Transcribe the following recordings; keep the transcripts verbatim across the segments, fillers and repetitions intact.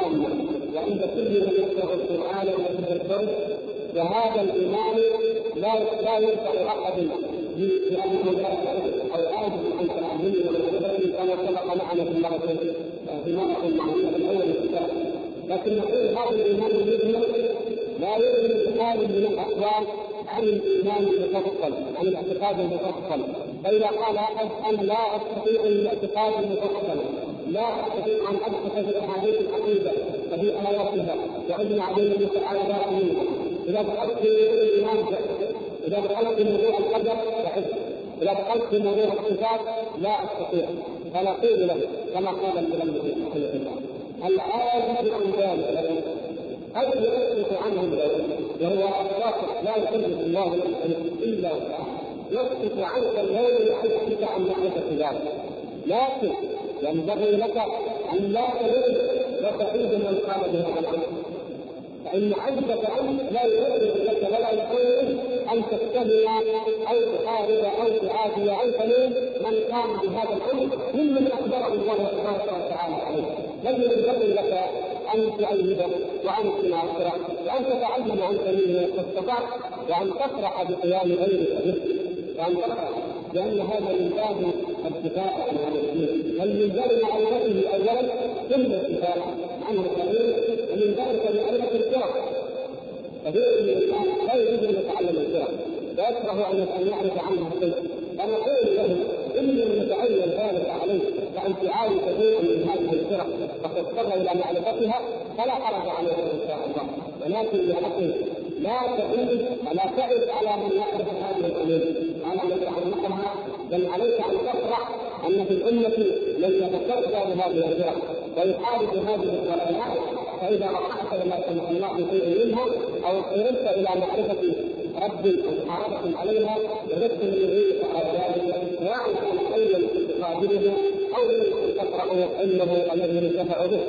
عامة وعند كل من يقرأ القرآن ويتدبره، وهذا الإيمان لا لا ينفع أحد بأنه أو عاجز عن تعلمه وتدبره كما سبق معنا في المرة في مرة معينة الأول الكتاب. لكن نقول هذا الإيمان المجمل لا يؤمن بحال من الأقوال عن الإيمان المفصل، عن الاعتقاد المفصل. فإذا قال أحد أنا لا أستطيع الاعتقاد المفصل، لا أستطيع أن أدخل في أحاديث العقيدة وفي آياتها وأجمع بين المتعارضات منها، إذا دخلت في الإيمان إذا دخلت في موضوع القدر فحسب، إذا دخلت في موضوع الصفات لا أستطيع. فنقول له كما قال المؤلف رحمه الله العاجز عن ذلك قد يسقط عنه الذنب، وهو واقع لا يكلف الله نفسا الا وسعها، يسقط عنك الذنب يعجزك عن معرفه ذلك. لكن ينبغي لك ان لا تلوم وتعيد من قام بهذا الامر، فان عجزك عنه لا يؤثر لك ولا يقول ان تتهم او تحارب او تعادي او تلوم من قام بهذا الامر ممن اخبره الله سبحانه وتعالى عليه. لم ينبغي لك أن تعيده وأن تناصره وأن تتعلم عن سبيله ما استطعت، وأن تفرح بقيام غيرك به، وأن تفرح لأن هذا من باب الدفاع عن الدين. ومن باب معرفته أولا ثم الدفاع عنه القليل، ومن ذلك معرفة الفرق. فبيئة الإنسان لا يريد أن يتعلم الفرق ويكره أن يعرف عنها شيء، فنقول له إن يتعين ذلك عليه وأن تعالج شيئا من هذه الفرق وتضطر إلى معرفتها فلا حرج عليه إن شاء الله. ولكن يعقل لا تعود ولا تعد على من يعرف هذه الأمور على من يعرفها، بل عليك أن تفرح أن في الأمة من يتصدى بهذه الفرق ويحارب هذه الضلالات. فإذا رفعت إلى سمع الله بشيء منها أو اضطررت إلى معرفة رب محاربة عليها وجدت من يريد على ذلك ويعرف أن أيضا قابله أو من تقرأ علمه الذي ينتفع به.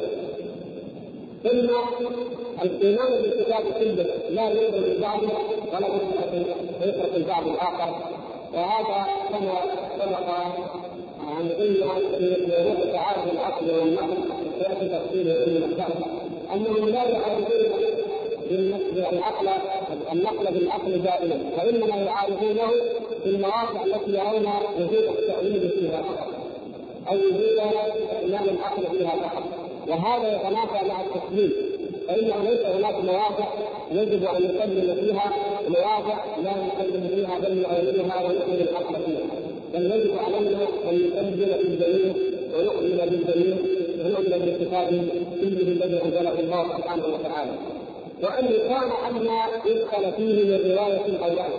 ثم الإيمان بالكتاب كله لا يؤمن بالبعض ولا يترك البعض الآخر، وهذا كما سبق عن قلنا في روح تعارض العقل والنقل في تفصيل علم النفس أنهم لا يعارضون بالعقل النقل بالعقل دائما، وإنما يعارضونه في المواقع التي يرون وجود التأويل فيها أو وجود إمام العقل فيها فقط، وهذا يتنافى مع التسليم. فإنه ليس هناك مواقع يجب أن يسلم فيها مواقع لا يسلم فيها بل يعينها ويؤمن العقل فيها، بل يجب علينا أن نسلم بالدليل ونؤمن بالدليل ونؤمن بالكتاب كله الذي أنزله الله سبحانه وتعالى، وأن كان عما يدخل فيه من رواية الأولاد.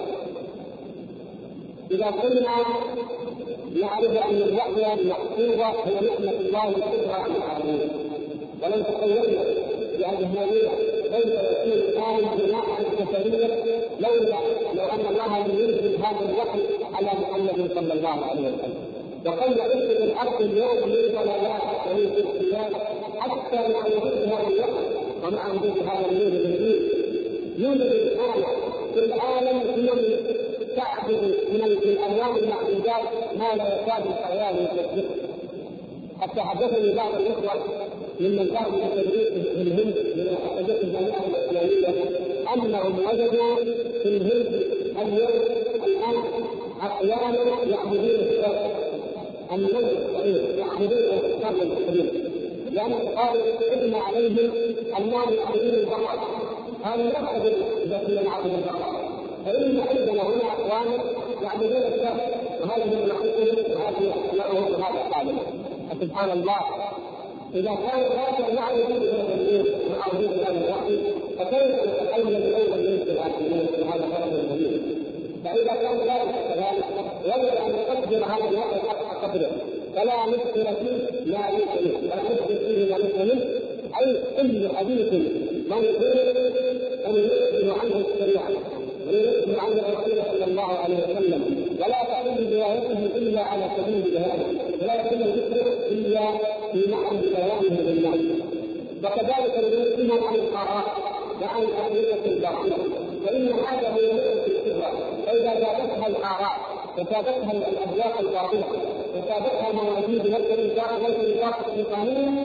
إذا كنا نعرف أن الوحي المحفوظة هي نعمة الله الكبرى على العالمين، ولن تخيلنا بأجهالنا كيف يكون الآن بناء البشرية لولا لو أن الله لم ينزل هذا الوحي على محمد صلى الله عليه وسلم. وقد ينزل الأرض اليوم من ضلالات ومن اختلاف حتى مع وجود هذا الوحي ومع وجود هذا النور الجديد يوجد الآن في العالم من تعبد من الأنواع المعبودات ما لا يكاد الحياة يصدقه. حتى حدثني بعض الإخوة ممن كانوا يتدريس في الهند من حدث الجامعة الإسلامية أنهم وجدوا في الهند اليوم الآن أحيانا يعبدون الشر النجم الصغير، يعبدون الشر الكبير، لأن قالوا ابن عليهم أنهم يعبدون البقر. هذا يقصد إذا كنا نعبد البقر، فإن عندنا هنا أخوان يعبدون الشر وهذه من حقوقهم وهذه أسماءهم وهذا حالهم. سبحان الله، إذا كان هذا يعرف هذا النور ويعرف هذا الوحي فكيف نتحول الأول الناس العالمين في هذا الغرض المبين؟ فإذا كان ذلك كذلك يجب أن نقدر هذا الوحي حق قدره، فلا نذكر فيه ما ليس منه، لا نذكر فيه ما ليس منه، أي كل حديث منقول أن يؤثر عنه الشريعة ويؤثر عنه الرسول صلى الله عليه وسلم، ولا تكون روايته إلا على سبيل الجهاد، ولا يكون الذكر إلا في معنى بيانه للناس. وكذلك ننزله عن الآراء وعن الأدلة الباطلة، فإن هذا هو نعمة الكبرى. فإذا زادتها الآراء وزادتها الأذواق الباطلة وزادتها موازين غير النطاق الشيطانية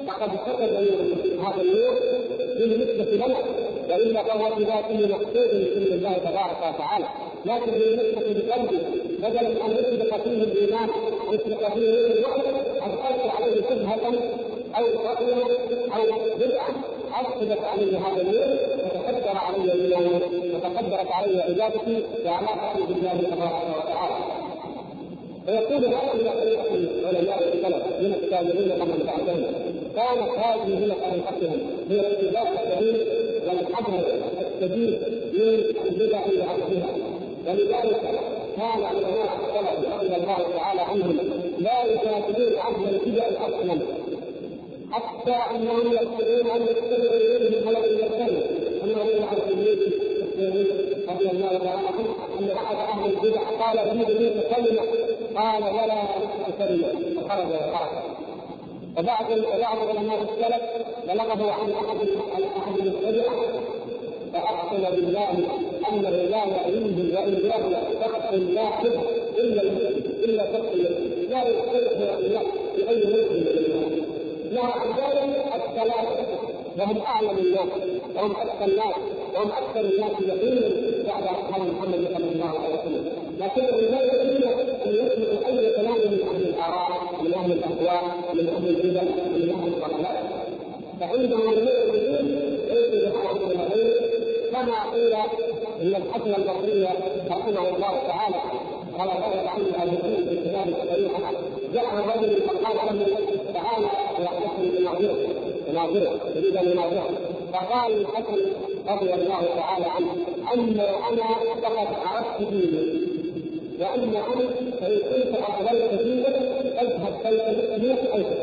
فقد فقد هذا النور بالنسبة لنا، وإلا فهو في ذاته مقصود بإذن الله تبارك وتعالى، لكن بالنسبة لقلبه بدلا أن يسبق فيه الإيمان ويسبق فيه الوحي أدخلت عليه شبهة أو رأيه أو بدعة أفسدت عليه هذا النور وتقدر عليه الإيمان وتقدرت عليه عبادتي وعلاقته بالله تبارك وتعالى. ويقول هؤلاء علماء السلف من التابعين ومن بعدهم كانت هذه هي طريقتهم، هي اتباع السبيل والحذر الشديد من البدع وعكسها. ولذلك كان علماء السلف رضي الله تعالى عنهم لا يجادلون عنه البدع اصلا، حتى انهم يقولون ان يتبعوا اليهم ولم يرتدوا. انه عن النبي رضي الله تعالى عنه ان احد اهل البدع قال اريد منك كلمه قال ولا كلمه فخرج وخرج. وبعض وبعض علماء السلف بلغه عن احد احد المبتدعه فاقسم بالله انه لا يعينه وان له شخص واحد الا الا شخص لا يستلزم الله باي مسلم له عن ذلك الثلاثه، وهم اعلم الناس وهم اكثر الناس وهم اكثر الناس يقينا بعد اصحاب محمد صلى الله عليه وسلم، لكنه لا يمكن ان يسمع اي كلام من اهل الاراء من اهل الاهواء من اهل البدع من اهل الضلالات، فعندهم المؤمنين ليس لحاجه الى غيره. كما قيل ان الحسن البصري رحمه الله تعالى قال الله عنه اهل العلم في كتاب الشريعه جاء رجل فقال له تعالى ويحدثني بناظره بناظره يريد ان يناظره، فقال الحسن رضي الله تعالى عنه اما انا فقد عرفت ديني، واما انا فان كنت اقبلت دينك اذهب كيف ايضا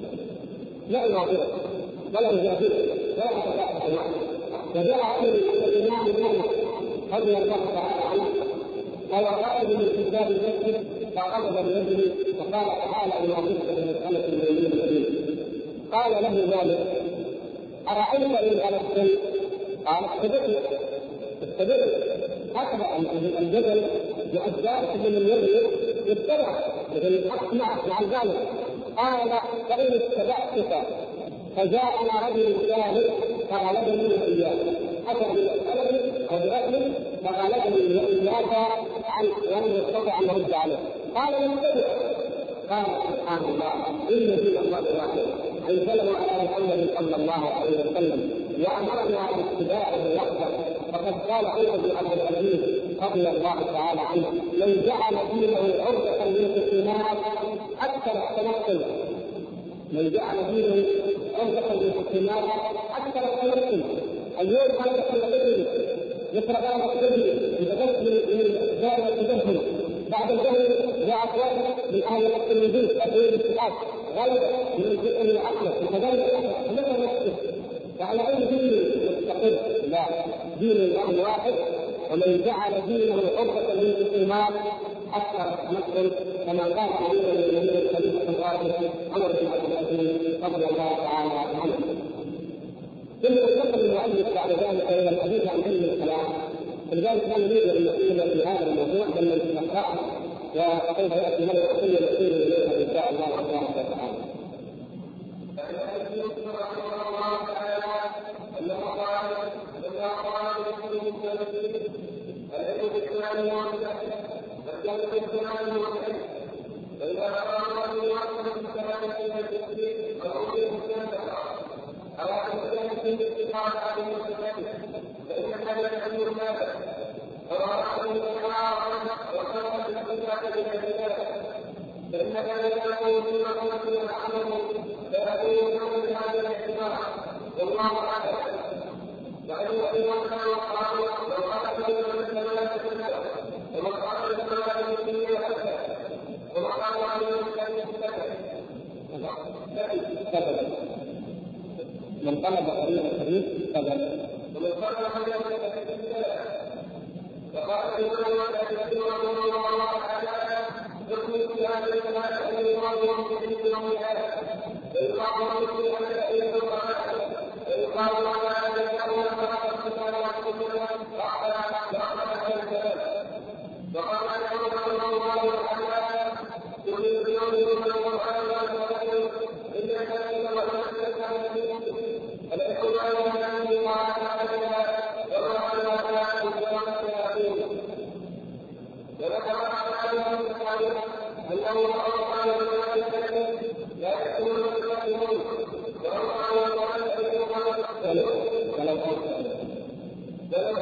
لا يناظره ولا يجادله ولا يتكافئ معه. فجاء الامام مالك رضي الله تعالى عنه قال قائد من كتاب المسجد فقبض بيده وقال تعالى اناظرك بمساله المؤمنين الكريم. قال له ذلك ارايت ان غلبتني؟ قال اتبعني اتبعني. هكذا الجدل يؤدى من اليد يتبع لكن الحق معه مع ذلك. قال فان اتبعتك فجاءنا رجل ثالث فغلبني واياه، حتى بالاسئله او برأي فغلبني واياك عن ولم يستطع ان يرد عليه. قال من تبع؟ قال سبحان الله ان دين الله واحد انزله على محمد صلى الله عليه وسلم وامرنا باتباعه وحده. وقد قال عمر بن عبد العزيز رضي الله تعالى عنه من جعل دينه عرضه للخصومات اكثر التنقل، من جعل دينه عرضه للخصومات اكثر التنقل. اليوم هذا التنقل يقرا هذا التنقل يتدخل من دائره التدخل، بعد الجهل جاءت واحد من اهل التلميذ اهل الاستئاس غير من الجزء من العقل وكذلك مثل نفسه. فعلى اي دين مستقر؟ لا، دين الله واحد. ومن جعل دينه عرضة للخصومات اكثر التنقل كما قال امير المؤمنين الخليفه الراشد عمر بن عبد العزيز رضي الله تعالى عنه. ثم انتقل المؤلف بعد ذلك الى الحديث عن علم الكلام، ولذلك كان يريد ان يقول في هذا الموضوع بل من نقراه وسوف ياتي له كل يصير اليها ان شاء الله تبارك وتعالى. فإذا أراد أن يوصل بالكلام إلى التكليف فأوجه السنة أراد السنة في الاستقامة على المتكلم فإن هذا الأمر ماذا؟ فأراد أن يتعاون وخلق الاتفاق بالعبادات فإن ذلك يكون في مقولة العمل فيكون من هذا الاعتبار والله أعلم. وأن يؤمن وقال وقال في المسألة كلها ومقال السماء الدنيا أكثر ومقال عن المسألة كذا من طلب طريق الحديث كذا ومن طلب طريق الحديث كذا. وقال الإمام الشافعي رحمه الله تعالى يكون في هذا الكلام أن يقال في يوم هذا ويقال في هذا أيضا ويقال على هذا الأول فقط كتاب رسول وقال وقال رحمه الله تعالى يريد يوم القرآن والرسول إلا كان وحده ولو ولو أوصى ولو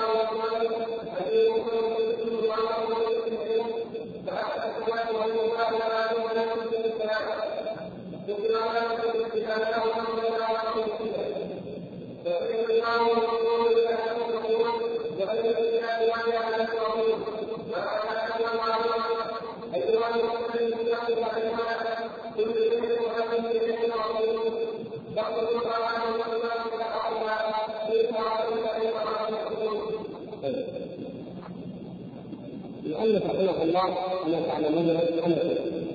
المؤلف رحمه الله كما تعلمون أنه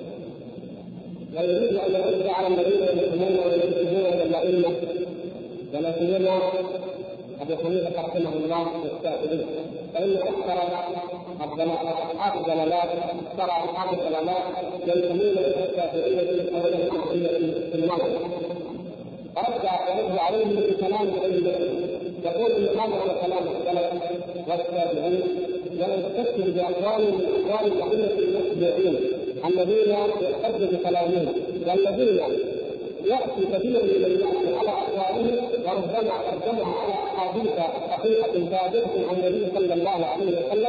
ويريد أن يرد على الذين يحكمون وينتسبون إلى الأئمة ولا سيما أبو حنيفة رحمه الله والشافعي، فإن أكثر أصحاب الضلالات أكثر أصحاب الضلالات ينتمون إلى الشافعية أو إلى الحنفية في النظر. فرد يرد عليهم بكلام العلم يقول إن هذا كلام السلف والتابعين ولا يستشهد بأقوال من أقوال الأئمة المتبعين الذين يحتج بكلامهم والذين يأتي كثير من الناس على أقوالهم وربما قدمها على أحاديث صحيحة ثابتة عن النبي صلى الله عليه وسلم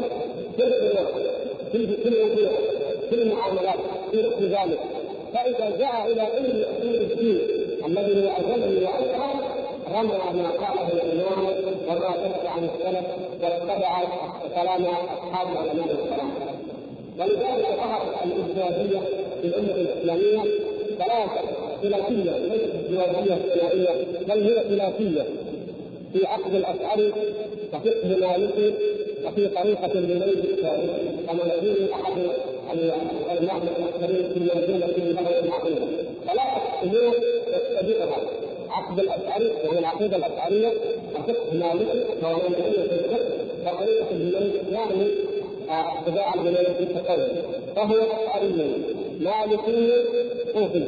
في في الوضوء في المعاملات في ركن ذلك. فإذا جاء إلى علم أصول الدين الذي هو أجل وأشهر رمى ما قاله الإمام وما ثبت عن السلف واتبع كلام أصحاب العلماء الكلام. ولذلك ظهرت الإزدواجية في الأمة الإسلامية ثلاثة خلافية ليست ازدواجية ثنائية بل هي خلافية في عقد الأشعري وفقه مالكي وفي طريقة الليل الثالث كما يقول أحد العلماء المؤثرين في المنزلة في البلد العقيدة. ثلاثة أمور يتبعها عقد الأشعري وهي العقيدة الأشعرية وفقه مالكي ومنزلة في الفقه وطريقة الليل يعني اتباع البنية في التقوى. فهو أشعري مالكي صوفي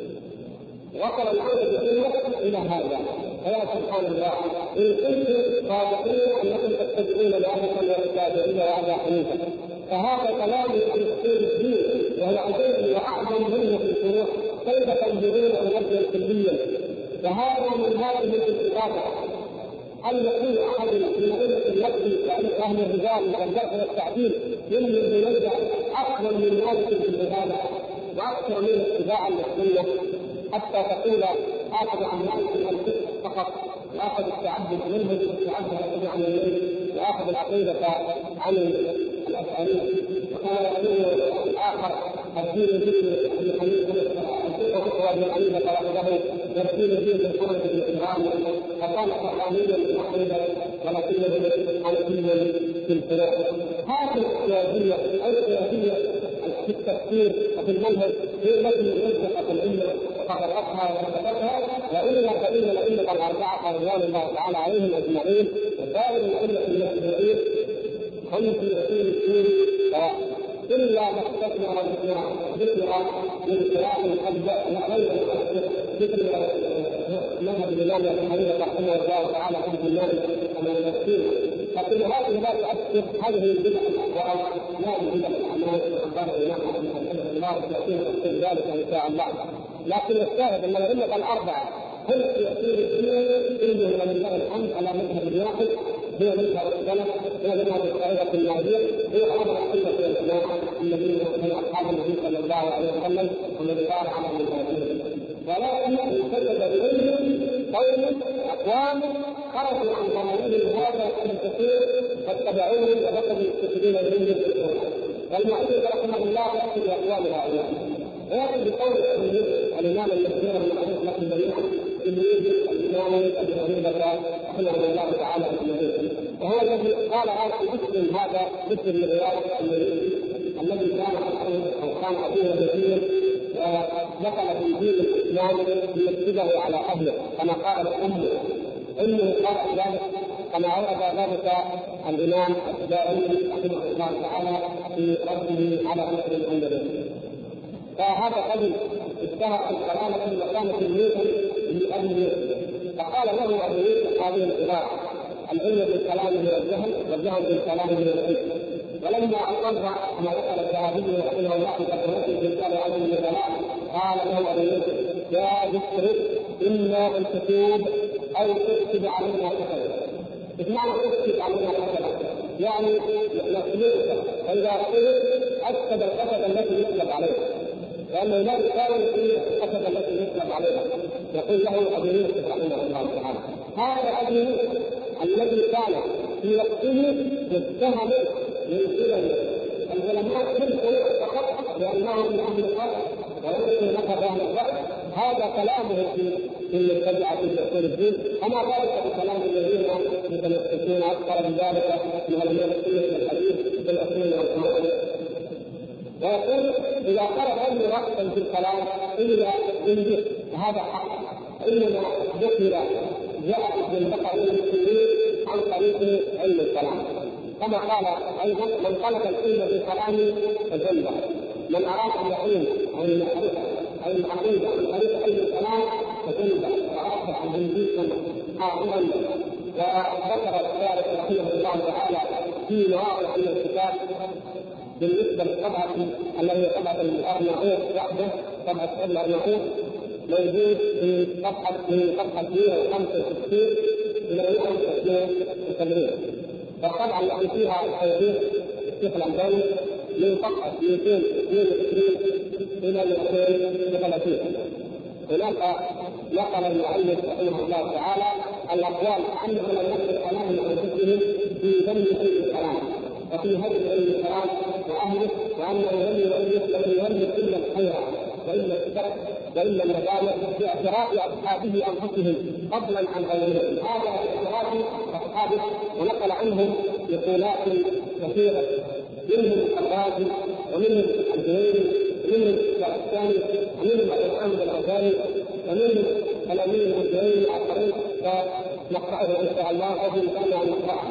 وصل الأمر بالسنة إلى هذا. فيا سبحان الله إن كنتم صادقين أنكم تتبعون مالكا والتابعين وأبا حنيفة فهذا كلام في أصول الدين وهو عجيب وأعظم منه في الفروع كيف تنظرون نظرا كليا. فهذا من هذه الانتقادات أن يقول أحد من أئمة النقد كأهل الرجال والجرح والتعديل ممن ينزع أفضل من مالك في العبادة وأكثر من اتباعا للسنة حتى تقول آخذ عن مالك الفقه فقط وآخذ التعبد منه التعبد عن الليل وآخذ العقيدة عن الأشعري. وكان يقول الآخر الدين دين ابن حنيفة وفقه ابن حنيفة وحده والدين دين الحرة بن إبراهيم فكان قرآنيا بالعقيدة ولكنه حنفيا في الفروع. هذه السياسية أو السياسية في التفكير وفي المنهج هي التي يلزق العلم وقرأتها وكتبتها. وإلا فإن الأئمة الأربعة رضوان الله تعالى عليهم أجمعين وسائر الأئمة المتبعين هم في أصول الدين سواء إلا ما استثنى ذكرها من خلاف قد غير ذكر مذهب الإمام أبي حنيفة رحمه الله تعالى في المال ومن التفسير. لكن هذه لا تؤثر هذه البدع الأقوال لا البدع الأعمال وأخبار الإمام الله يأتيه تفسير ذلك إن شاء الله. لكن الشاهد أن الأئمة الأربعة هم في أصول الدين كلهم لله الحمد على مذهب واحد هي مذهب السلف هي مذهب الطريقة الناجية هي أمر السنة والجماعة الذين هم أصحاب النبي صلى الله عليه وسلم والذي قال على منهجهم. ولكن يسدد إليهم قوم أقوام خرجوا عن ضمانهم هذا الكثير فاتبعوهم وبقوا يستفيدون إليهم بالسنة. والمؤلف رحمه الله يأتي بأقوال هؤلاء ويأتي بقول الإمام المشهور المعروف لكم جميعا تلميذ الإمام أبي حنيفة رحمه الله تعالى وهو الذي قال هذا مسلم هذا مسلم من رواية الذي كان أو كان أبوه يتيم ودخل في دين الإسلام ليكتبه على أهله كما قال أمه أمه قالت ذلك كما عرض ذلك الإمام الدارمي رحمه الله تعالى في رده على نصر الأندلس. فهذا رجل اشتهر الكلامة وكان تلميذا لأبي يوسف فقال له أبو يوسف هذه العبارة العلم بالكلام من الجهل والجهل بالكلام من العلم. ولما أصرها كما ذكر الذهبي رحمه الله في ترجمته في رسالة علم البلاء قال له أبو يوسف يا ذكر إما أن تتوب أو تكتب علينا كفلا. إيش معنى تكتب علينا كفلا؟ يعني نسلبك، فإذا قلت أكتب القصد التي يطلب عليها، لأنه لا يساوي في القصد التي يطلب عليها. يقول له أبو يوسف رحمه الله تعالى: هذا أبو يوسف الذي كان في وقته يتهم من قبل العلماء كلهم فقط لأنهم من أهل الرأي وليسوا مذهب أهل الرأي، هذا كلامه في في المبتدعة في أصول الدين، أما ذلك بكلام الذين متمسكون أكثر من ذلك من علماء السنة والحديث في الأصول والفروع. ويقول: إذا قرأ أي رأسا في الكلام إلا بالذكر فهذا حق، إنما ذكر جاء ابن بكر المسلمين عن طريق علم الكلام، كما قال أيضا: من طلب العلم بالكلام فجنة، من أراد أن يعلم أو المعرفة أو العقيدة عن طريق علم الكلام فجنة، وأصبح زنديقا حاضرا. وذكر الشارح رحمه الله تعالى في مواضع من الكتاب بالنسبة للطبعة التي هي طبعة الأرناؤوط وحده، طبعة الأرناؤوط موجود في صفحة من صفحة مئة وخمسة وستين إلى مئة واثنين وسبعين، فطبعا التي فيها التوضيح الشيخ الألباني من صفحة مئتين واثنين وعشرين إلى مئتين وثلاثين. هناك نقل المؤلف رحمه الله تعالى الأقوال أنهم لم يكن كلام أنفسهم في ذم علم الكلام وفي هدم علم الكلام وأهله، وأنه لم يؤلف لم يؤلف إلا الخير وإلا الشر وإلا الندامة باعتراف أصحابه أنفسهم فضلا عن غيرهم. هذا اعتراف أصحابه، ونقل عنهم نقولات كثيرة منهم الرازي ومنهم الجويني ومنهم الشعباني ومنهم الإمام الغزالي ومنهم الأمين الجويني الآخرين، فنقرأه إن شاء الله أو بإمكاننا أن نقرأه.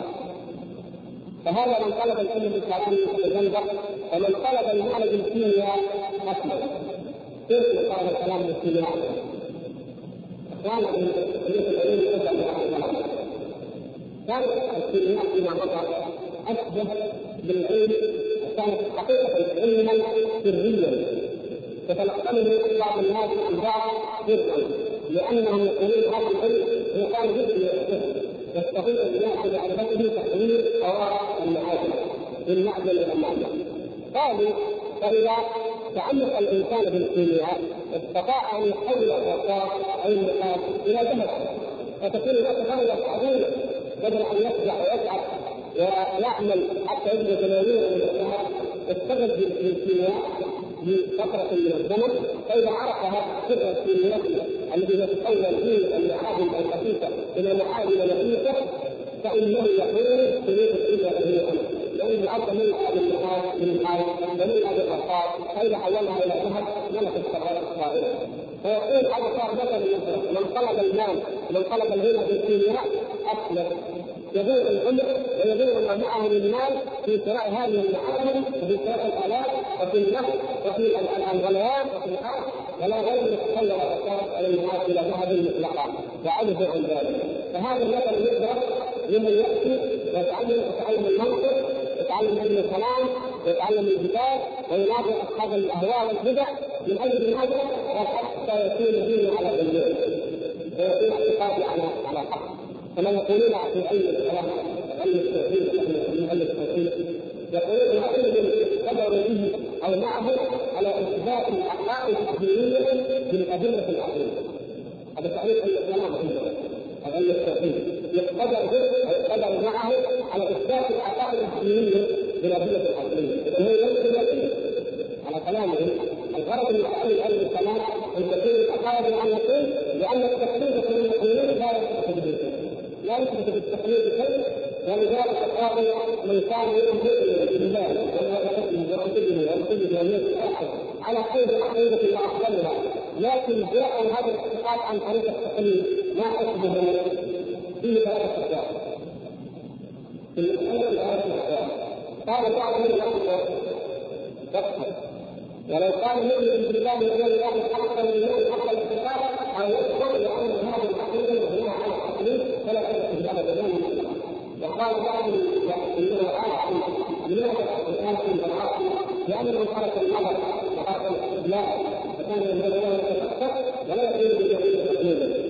فهذا من طلب العلم بالكلام يتجنب، ومن طلب المعنى بالكيمياء أسلم. كيف طلب الكلام بالكيمياء؟ كان من العلم يسأل عن الكلام، كانت الكيمياء فيما مضى أشبه بالعلم، كانت حقيقة علما سريا تتلقنه بعض الناس عن بعض سرا، لأنهم يقولون هذا العلم هو كان جزء يستطيع الناس بمعرفته تحويل قواعد المعادن من معدن الى معدن. قالوا: فإذا تعمق الإنسان بالكيمياء استطاع أن يحول الرصاص أو النحاس إلى ذهب، فتكون له فائدة عظيمة، بدل أن يخدع ويتعب ويعمل حتى يجد ثمانين من الذهب، استغل بالكيمياء بفترة من الزمن، فإذا عرف هذا سر الكيمياء الذي يتحول به المعادن الخفيفة إلى معادن نفيسة فإنه يحول سلوك الدنيا الذي هو لأن الأرض منها بالنحاس بالنحاس ومنها بالرصاص، فإذا حولها إلى ذهب ملكت الصغائر. فيقول هذا صار مثلا من طلب المال ومن طلب الغنى بالكيمياء أسلم، يضيع العمر ويضيع ما معه من المال في شراء هذه المعادن وفي شراء الآلات وفي النفط وفي الغليان وفي الأرض، ولا غير يتحول الرصاص على الناس إلى ذهب مطلقا وعجز عن ذلك. فهذا المثل يضرب لمن يأتي ويتعلم يتعلم المنطق، يتعلم علم الكلام، ويتعلم الجدال، ويناظر أصحاب الأهواء والبدع من أجل هذا حتى يكون دينه على علم ويكون اعتقاده على على حق. كما يقولون في علم الكلام علم التوحيد من علم التوحيد يقولون علم قدروا به أو معه على إثبات الحقائق الدينية بالأدلة العقلية. هذا تعريف علم الكلام علم التوحيد، يقدر به أو يقدر معه على إثبات الحقائق الدينية بالأدلة العقلية. وهو يمكن على كلامهم الغرض من تعلم علم الكلام أن تكون الحقائق عن يقين، لأن التقليد في المقولين لا يثبت بالتقليد لا يثبت بالتقليد شيء، ولذلك قال من كان يؤمن بالله ويقتله ويقتله ويقتله على قيد عقيدة وأفضلها، لكن جاء هذا الاعتقاد عن طريق التقليد ما حسبه فيه ثلاثة أشياء. في المسألة الآية قال بعض من الأمر تكفر، ولو كان يؤمن بالله واليوم الآخر حتى من اليوم حتى الاعتقاد أو يكفر لأن هذه العقيدة مبنية على التقليد فلا تكفر بهذا البيان. وقال بعض انه اعلم لماذا الان في البراءه؟ لانه ترك النظر وترك الاستدلال فكان ينبغي له ان يتفكر ولا يقول بجهل تقليدا.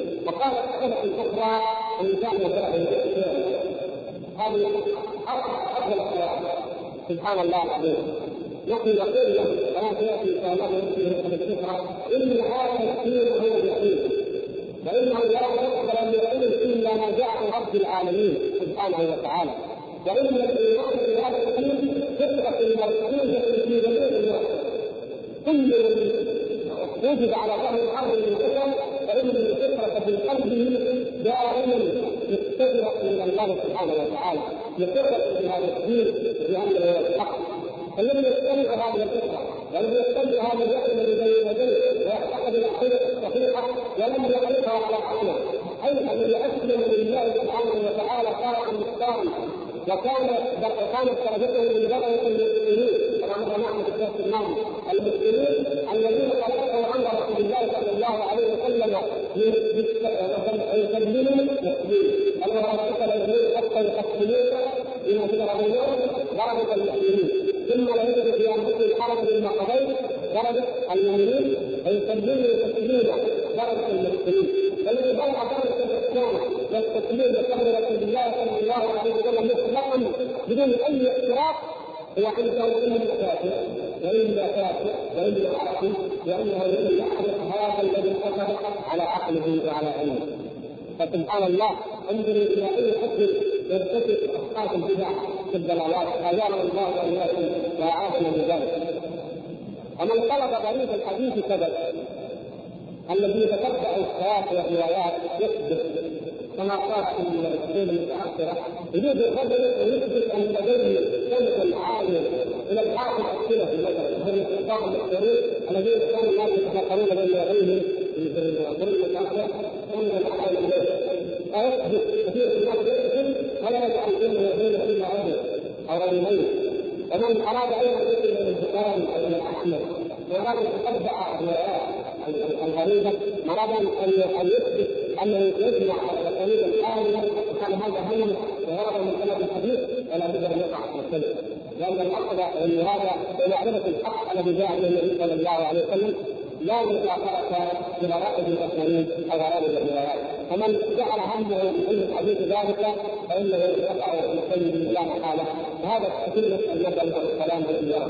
وقالت فرق اخرى انسان فرق الاخرى. هذه افضل الاخلاق. سبحان الله العظيم. نحن نقول له كما سياتي كلامه في الفكره ان هذا الدين هو اليقين، فانه لا يقبل ان يقول الا ما جاء عن رب العالمين سبحانه وتعالى. وان الايمان بهذا الدين فكره المرسومه في جميع الناس. كل وجد على ظهر الارض من الحكم فان الفكره في قلبه دائما يتجه الى الله سبحانه وتعالى، يفكر في هذا الدين بانه هو الحق. فالذي يستمع هذه الفكره والذي يستمع هذا الوحي الذي بين يديه ويعتقد العقيده الصحيحه ولم يخلقها على عقله، اي الذي اسلم لله سبحانه وتعالى قائما مختارا وكان وكانت درجته من درجه المسلمين كما مر معنا في الدرس الماضي. المسلمين الذين تلقوا عن رسول الله صلى الله عليه وسلم يسلمون المسلمين المرافقه الذين حتى يقتلون بما شجر بينهم درجه المسلمين، ثم لا يجد في انفسهم حرج مما قضيت درجه المؤمنين فيسلمون ويسلمون درجه المسلمين. الذي بلغ درجه الاسلام والتسليم لامر رسول الله صلى الله عليه وسلم مطلقا بدون اي اختلاف هو عنده الا كافر والا كافر والا عاصي، لانه لم يعرف هذا الذي حصل على عقله وعلى علمه. فسبحان الله انظروا الى اي حد يرتكب اصحاب البدع في الضلالات، اجارنا الله واياكم واعاذنا من ذلك. ومن طلب طريق الحديث كذب الذي يتتبع الصلاه والروايات يكذب كما قال في الرسول المتاخره يجوز الرجل ان يثبت ان لديه سنه عاليه الى الحاكم السلفي مثلا وهو الاستقامه المحترمين الذين كانوا الناس يتفكرون بين يديه في الرسول المتاخره ان الحاكم اليه فيثبت كثير من الناس يكذب ولا يجعل بينه وبينه الا رجل او رجلين. ومن اراد ايضا ان يصل الى البخاري او الى احمد واراد ان يتبع الروايات الغريبه مراد ان يثبت انه يجمع الطريق الآلية وكان هذا هم وورد من سند الحديث ولا بد ان يقع في السلف، لان الاصل والمراد بمعرفه الحق الذي جاء به النبي صلى الله عليه وسلم لا مكافاه بغرائب الاسانيد او غرائب الروايات. فمن جعل همه من الحديث ذلك فانه يقع في السلف لا محاله، وهذا كثير من المساله والكلام والاياه.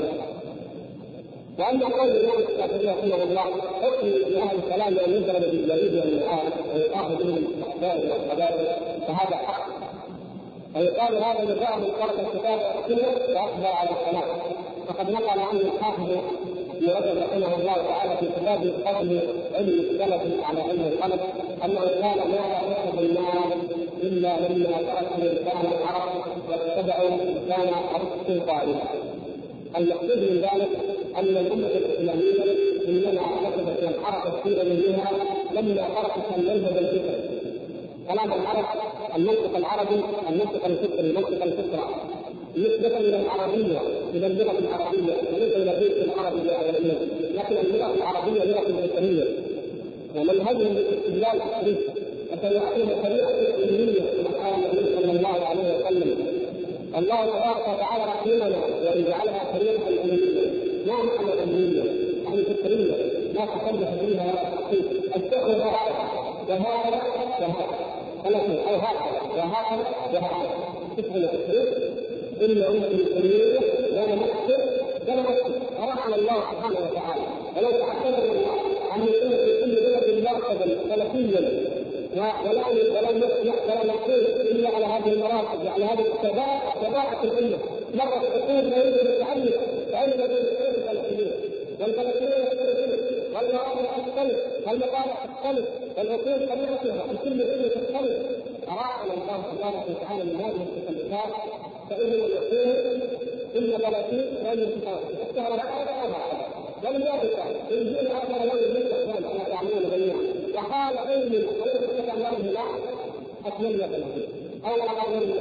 واما قول الامام الشافعي رحمه الله حكم لاهل الكلام بان يضرب بالجليد والمعاد ويقال به الاحباب والقبائل فهذا حق، ويقال هذا جزاء من ترك الكتاب والسنه واخبر على الصلاه. فقد نقل عنه الحافظ ابن رجب رحمه الله تعالى في كتابه فضل علم السلف على علم القلب انه قال ما يعرف الناس الا لما ترك لسان العرب واتبعوا لسان عرب قائلا. المقصود من ذلك ان الامه الاسلاميه انما اعتقدت الحركه السيره منها لما تركت المنهج الفكري. كلام العرب المنطق العربي المنطق الفكري منطق الفكره نسبه الى العربيه الى اللغه العربيه وليس الى البيت العربي الاوليه، لكن اللغه العربيه لغه فكريه ومنهجهم الاستدلال الحديث وسيعطيه طريقه علميه كما قال النبي صلى الله عليه وسلم الله تبارك وتعالى رحمنا ويجعلها طريقه علميه. ما معنى علميه؟ يعني فكريه لا تكلف فيها ولا تخطيط. الفقه هذا وهذا وهذا ثلاثه او هذا وهذا وهذا فقه التفكير الا امه الاسلاميه لا نمثل لا نمثل رحم الله سبحانه وتعالى. ولو تعتبر عن الامه في كل بلد مركزا فلكيا ولا ولا ولا نقول الا على هذه المراكز على هذه التباعد تباعد الامه مره تقول لا يوجد التعلم تعلم بين العلم والفلسفه والفلسفه والمراجع تختلف والمقالة تختلف والعقول طريقتها في كل علم تختلف. أرانا الله سبحانه وتعالى من هذه المتكلفات فإنه يقول إن ثلاثين لا ينتهي الشهر هذا ولم يرجع الجيل هذا لو يجب أن كما تعلمون جميعا وقال علم غير تتكلم لا أكمل ثلاثين أو أقل من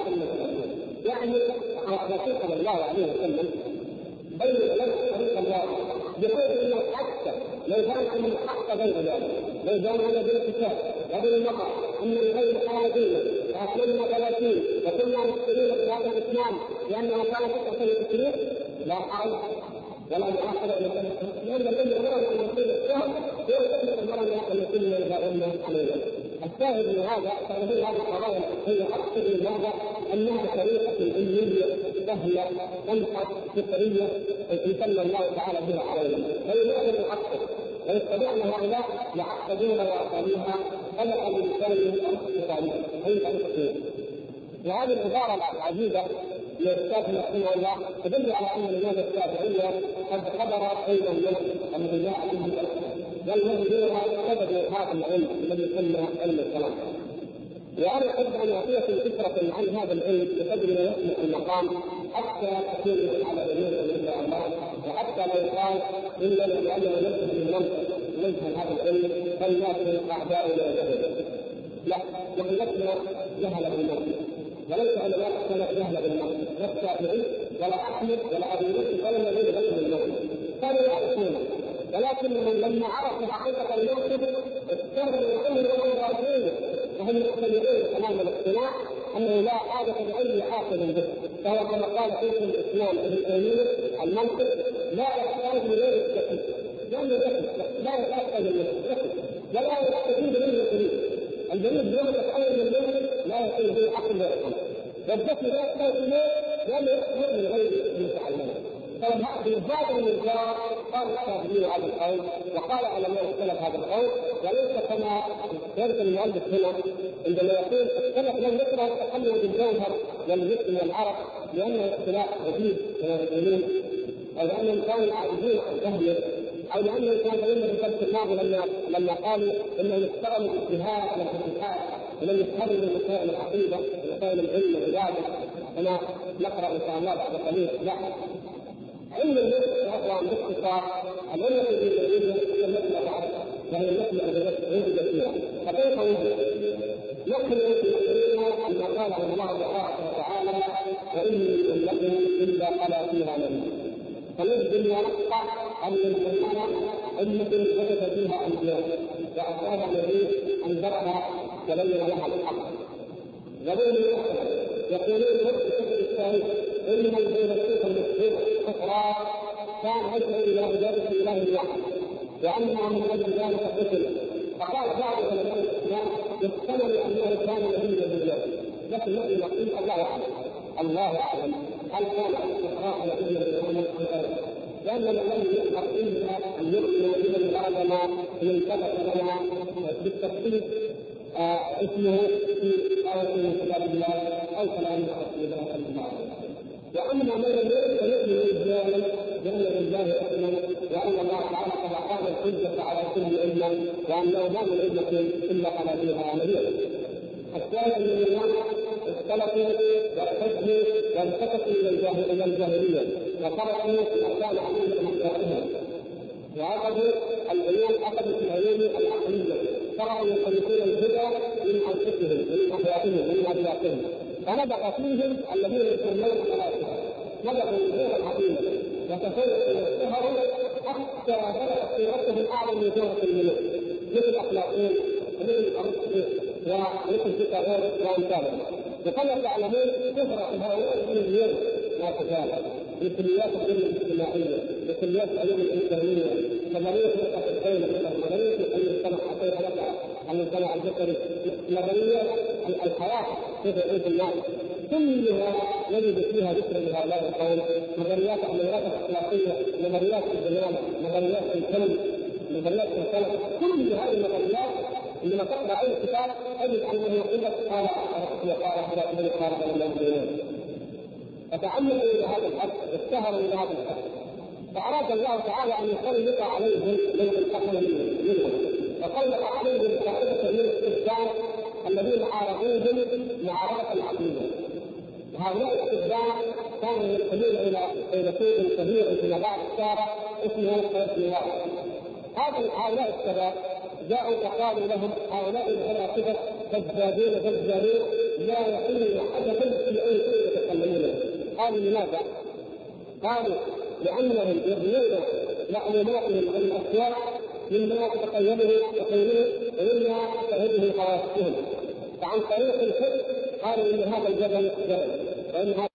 أقل يعني الرسول صلى الله عليه وسلم بين لنا طريق الله بحيث انه حتى لو كان ان الحق غير ذلك لو كان هذا بالكتاب وبالنقر ان الغير قال دينه فاكلنا ثلاثين وكنا مسلمين في هذا الاسلام لانه كان فكره التشريع لا حرج ولا مؤاخذه الى ذلك لان الذي امرنا ان نقيم الشهر هو سنه المراه ان يقيم اذا امنا علينا الشاهد من هذا فهي هذه القضايا هي اكثر من هذا انها طريقه علميه سهله تنحت فطريه يسمى الله تعالى بها علينا، فهي لازم نعقد ويستطيعن هؤلاء يعقدون واقاليها خلق الانسان اقتصاديا هي طريقه. وهذه العباره العجيبه للاستاذ رحمه الله تدل على ان الامام الشافعي قد حضر ايضا من الذي جاء به والذي هو سبب هذا العلم الذي يسمى علم الكلام. وانا احب ان اعطيكم فكره عن هذا العلم بقدر ما يسمح المقام حتى تكون على دليل ان شاء الله، وحتى لا يقال اننا نتعلم نفسه بالمنطق نجهل هذا العلم فليكن اعداؤنا جهلا. لا، نحن لسنا جهل بالمنطق، وليس علماء السلف جهل بالمنطق، لا الشافعي ولا احمد ولا ابو يوسف ولا الذين غيرهم بالمنطق، كانوا يعرفونه، ولكن من لما عرفوا حقيقه المنطق استغربوا الامر والمراجعين وهم مقتنعين تمام الاقتناع انه لا حاجه لاي عاقل به، فهو كما قال شيخ الاسلام ابن تيميه المنطق لا يحتاج لغير التكليف، لانه لا يحتاج للتكليف ولا يستفيد منه الدليل، الدليل يوم يتحول من المنطق لا يكون به عقل ولا قلب، والذكي لا يحتاج اليه لانه يحتاج من غير المتعلمين. فالظاهر من الجار قال الشافعي هذا القول وقال علماء السلف هذا القول، وليس كما يذكر المؤلف هنا عندما يقول السلف لم يكره التحلل بالجوهر والجسم والعرق لانه اختلاف جديد كما يقولون، او لانهم كانوا عاجزين عن جهله، او لانهم كانوا يؤمنون بفلسفه الماضي لما لما قالوا انهم اشتغلوا باجتهاد والاجتهاد ولم يفهموا من مسائل العقيده ومسائل العلم والعباده كما نقرا ان شاء الله بعد قليل. لا، علم النفس يا اخوان باختصار العلم الذي هي المساله بعد وهي المساله التي وجد فيها، فكيف وجد؟ نحن نؤمن ان قاله الله تبارك وتعالى واني لكم الا خلا فيها نبي، فنجد ونقطع ان المساله امه وجد فيها انبياء فاصاب النبي ان ذكر تبين لها الحق. غير يقولون نفس الشكل الثاني ان الفيلسوف المسلم اخرى كان يدعو الى عباده اله واحد وانه من اجل ذلك قتل، فقال بعض علماء الاسلام يحتمل انه كان نبيا بالله، لكن نحن نقول الله اعلم الله اعلم هل كان الاستقراء نبيا بالله لاننا لم يقدر الا ان يؤمن بمن بعدنا من سبق لنا بالتفصيل اسمه في آية كتاب الله أو كلام رسول الله صلى الله عليه وسلم. وأما من لم يؤمن إجمالا بأن لله حكما وأن الله تعالى قد أقام الحجة على كل أمة وأنه ما من أمة إلا على فيها نبيا. الثاني من الناس اختلفوا وارتدوا وانتقلوا إلى الجاهلية وتركوا الأحكام عقيدة مختلفة وأخذوا العلوم أخذوا في العلوم العقلية، صاروا يخلقون الهدى من أنفسهم ومن أحيائهم ومن أبياتهم، فنبغ فيهم الذين يسمون الملائكة نبغوا الغير العقيدة وتفوقوا واشتهروا حتى بلغت صورتهم أعلى من صورة الملوك مثل أخلاقون ومثل أرسطو ومثل فيثاغورس وأمثالهم. وكما تعلمون كثرة هؤلاء من اليوم ما تزال بكليات العلم الاجتماعيه، بكليات العلوم الانسانيه، نظريه التفكير، نظريه المجتمع كيف يقع المجتمع البشري، نظريه الحياه كيف يعيش الناس، كلها نجد فيها ذكر لهؤلاء القوم، نظريات النظريات الاخلاقيه، نظريات الجمال، نظريات الكون، نظريات الكلام، كل هذه النظريات عندما تقرا اي كتاب تجد انه يقول لك قال قال قال قال قال فتعمدوا الى هذا الحق واشتهروا الى هذا الحق، فاراد الله تعالى ان يسلط عليهم من انتقم منهم وسلط عليهم طائفه من السجان الذين عارضوهم معارضه العقيده. وهؤلاء السجان كانوا يدخلون الى فيلسوف كبير في مبادئ الشارع اسمه قيس. هذا هؤلاء الشباب جاءوا فقالوا لهم هؤلاء الفلاسفه كذابين كذابين لا يقولون حدثا في اي شيء يتكلمون. قالوا لماذا؟ قالوا لانهم يبنون معلوماتهم عن الاشياء مما تتخيله يقولون ومما تهده حواسهم، فعن طريق الفكر قالوا ان هذا الجبل جبل وان هذا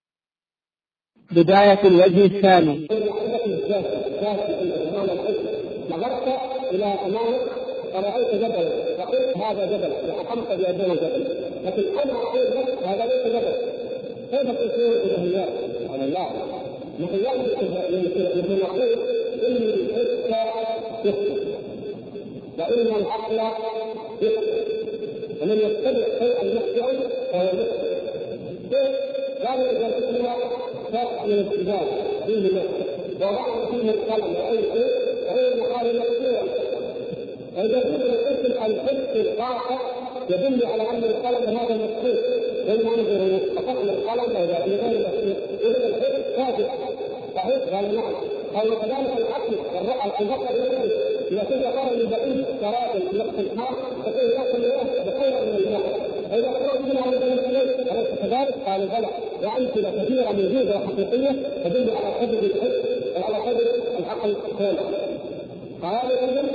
بداية الوجه الثاني نظرت الى امامك ورأيت جبل فقلت هذا جبل وحكمت بأنه جبل، لكن أنا أقول لك هذا ليس جبل. كيف تصير الإلهيات؟ على الله نحن نحن نقول إن الحس يخطئ وإن العقل يخطئ، ومن يتبع شيئا يخطئ فهو يخطئ. قالوا إذا كنا فرق من الاتجاه فيه نفسه وضعنا فيه القلم أو شيء فهو المقال مكسورا. وإذا كنا نقسم الحس القاطع يدل على أن القلم هذا مكسور، وننظر فقط القلم إذا غير مكسور إذا الحس ثابت صحيح. قال نعم. قالوا كذلك العقل البصر يقول إذا كنت ترى من بعيد سراب في وقت الحار تقول يأكل بخير من الماء، فإذا قرأت منها عن ذلك الليل أليس كذلك؟ قالوا بلى، وأمثلة كثيرة موجودة وحقيقية تدل على قدر الحس وعلى قدر العقل الخالق. قالوا إذا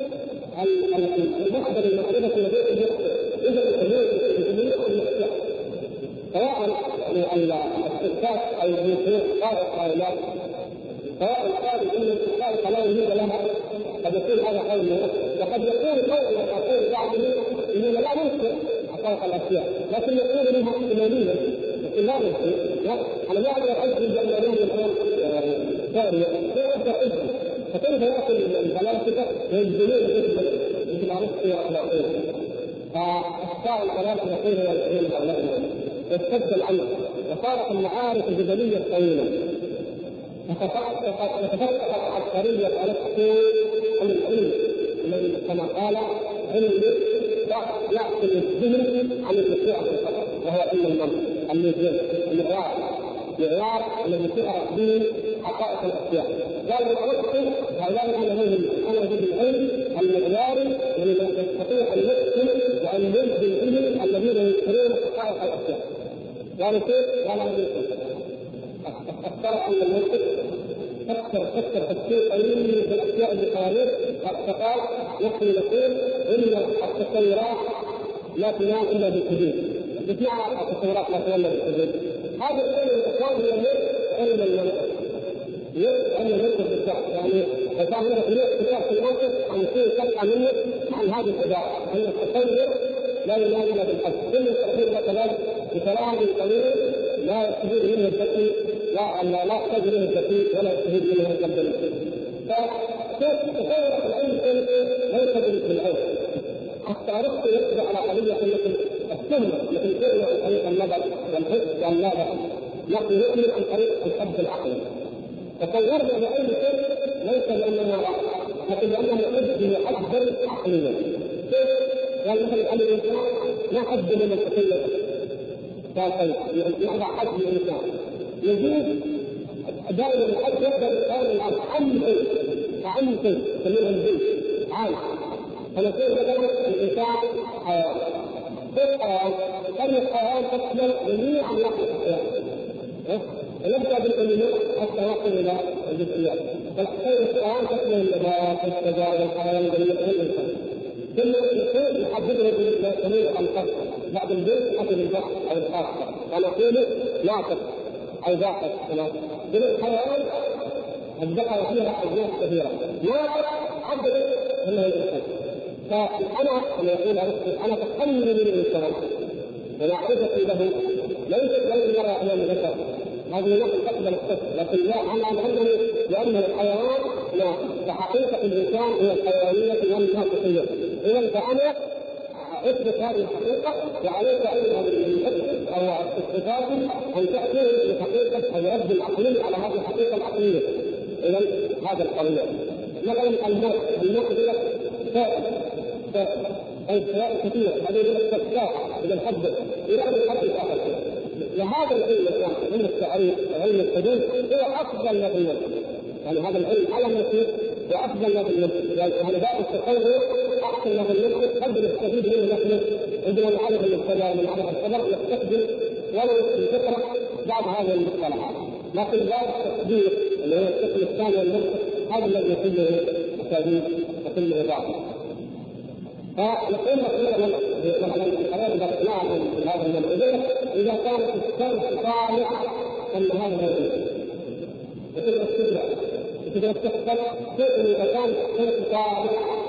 المحضر المعرفة لديك المخطئ، إذا الحلول المخطئ سواء الاستثبات أو الوصول خارق أو لا، سواء قال إن الخالق لا وجود لها قد يكون هذا قول، وقد يكون قول يقول بعض إنه لا ينكر حقائق الأشياء لكن يقول منها احتمالية، لكن لا ينكر. أنا ما أقدر أجل الجمالين الآن ثانية كيف أجل، فكيف يأكل الفلاسفة ويجزلون مثل أرسطو وأفلاطون؟ فأخطاء الفلاسفة يقول هو العلم أولادنا يستبدل عنه، وصارت المعارف الجدلية الطويلة وتفتحت عبقرية أرسطو عن العلم الذي كما قال علم يأكل الذهن عن المشروع فقط، وهو علم المنطق الميزان المعيار معيار الذي تعرف به حقائق الأشياء. قال أرسطو هؤلاء أنا أجد العلم المعياري الذي يستطيع أن يحكم وأن يلزم العلم الذين يذكرون حقائق الأشياء. قالوا كيف؟ قال أنا اخترع أن المنطق تكثر تكثر تفسير قليل من الأشياء بقوانين، فقال نحن نقول إن التطورات لا تنام إلا بالحدود. بمعنى التطورات لا تنام إلا بالحدود، هذا العلم الإخوان هو علم المنطق، علم المنطق بالذات. يعني إذا كان هناك كتاب في المنطق عن شيء تبقى منه عن هذه العبارة أن التطور لا ينام إلا بالحد. كل التطور كذلك بكلام طويل لا يستفيد منه الذكي، لا لا يحتاج منه الذكي ولا يستفيد منه القلب المسلم. فكيف تطور العلم ليس بالعلم؟ حتى أرسطو يقضي على قضية مثل السنة مثل الفعل عن طريق النظر والحس والنظر، نحن نؤمن عن طريق الحد العقلي. تطورنا بأي شيء ليس لأننا لكن لأننا نحد حدا عقليا. كيف؟ قال مثلا أن الإنسان ما حد من التطور كافي يضع حد للإنسان يجوز دائما الحد يقدر يقال العام عن شيء عن شيء يسمونه الجنس عام. فنقول مثلا الإنسان حيوان، كيف حيوان؟ كم الحيوان تشمل جميع أنواع الحيوان، ونبدأ بالأمور حتى نصل إلى الجزئيات. فالحيوان تشمل النبات والشجر والحيوان والإنسان، ثم الإنسان يحدده بسبيل القصد بعد الجنس حسب البحث أو الخاصة، ونقول ناطق أو ذاقق. إذا الحيوان الذكر فيها أجناس كثيرة، ناطق حدد أنه الإنسان. فأنا كما يقول أرسطو أنا تحمل من الإنسان ومعرفتي له ليست لأني نرى أمام البشر، هذه نحن تقبل الصدق، لكن لا على أنه لأن الحيوان لا، فحقيقة الإنسان هي الحيوانية والناطقية. إذا فأنا اثبت هذه الحقيقة وعليك أيضا بالحق أو الصفات أن تأتي بحقيقة أو يرد العقلية على هذه الحقيقة العقلية. إذا هذا القضية مثلا الموت، الموت إلى سائل سائل أي سائل كثير، هذا إلى السائل إلى الحد إلى أن الحد الآخر. وهذا العلم الآن علم التعريف وعلم الحدود هو أفضل ما في المنطق، يعني هذا العلم على النصوص وأفضل ما في المنطق. يعني باب التطور أحسن ما في المنطق، قد نستفيد منه نحن عندما نعرف المبتدأ ونعرف الخبر نستخدم ولو الفكرة بعض هذه المصطلحات، لكن باب التطبيق اللي هو الشكل الثاني والمنطق هذا الذي كله أساليب وكله ضعف. فنقول مثلا مثلا الحياة إذا قلنا هذا الموضوع إذا كانت الشمس طالعة أن هذا موجود مثل الاستدراء إذا تحصل إذا كانت الشمس طالعة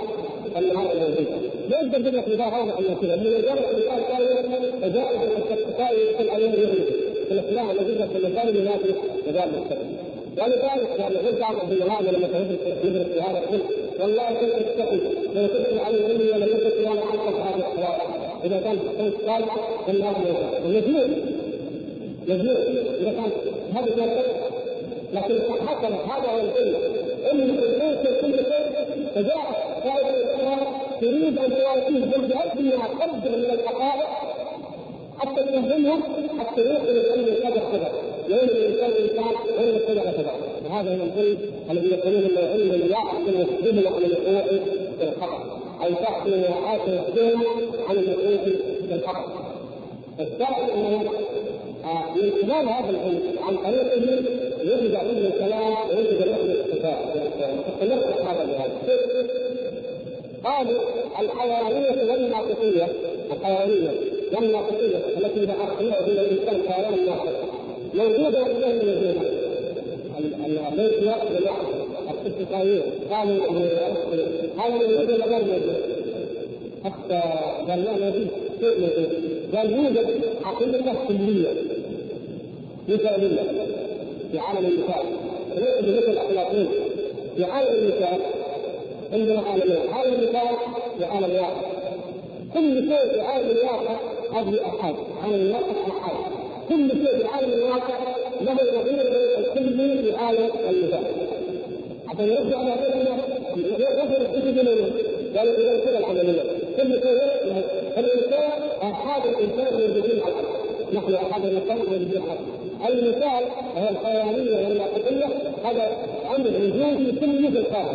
النهار الموجودة. لا يقدر يجد مثال هذا أن كذا من الجانب الإنسان كان تجاوز التكتاء في الأيام اليومية في الأسماء الذين في المكان يناسب مجال المستقبل. ولذلك يعني قلت عن عبد الوهاب لما تدرس في هذا العلم والله كنت أستحي لو تدرس على العلم ولم يكن يعني عنك هذه الأخلاق إذا كان تكون صالح فالناس يزول يزول إذا كان هذا ما لكن حصل هذا هو العلم ان الانسان كل شيء تجاهل فائده الاسلام تريد ان توازيه بالجهد انها تقدم من الحقائق حتى تفهمهم حتى يوصل العلم كذا كذا لان الانسان انسان علم كذا كذا. وهذا هو العلم الذي يقولون انه علم يعقل ويخبرنا عن الوقوع في الخطا او تحصل وقعات ويخبرنا عن الوقوع في الخطا. الثالث انه من خلال هذا العلم عن طريقه يجد علم الكلام ويجد علم الاختفاء تتنقل هذا بهذا. قالوا الحيوانية والناطقية الحيوانية والناطقية التي إذا أخلق بها الإنسان حيوان ناطق موجودة في ذهن الجنة الأمريكية والأفريقيين قالوا هذا موجود غير موجود حتى قال لا موجود شيء موجود قال يوجد حقيقة كلية مثالية في عالم المثال وليس بمثل الأخلاقين. في عالم المثال عندنا عالمين عالم المثال وعالم الواقع. كل شيء في عالم الواقع هذه أحد عالم الواقع أحد. كل شيء في عالم الواقع له نظير الكلي في عالم المثال. حتى يرجع على ذلك يظهر الجديد قالوا إذا كذا العملية كل شيء الإنسان أحد الإنسان موجودين على الأرض. نحن أحد الإنسان موجودين على الأرض. المثال هو الحيوانية والناطقية هذا أمر وجودي كلي في الخارج.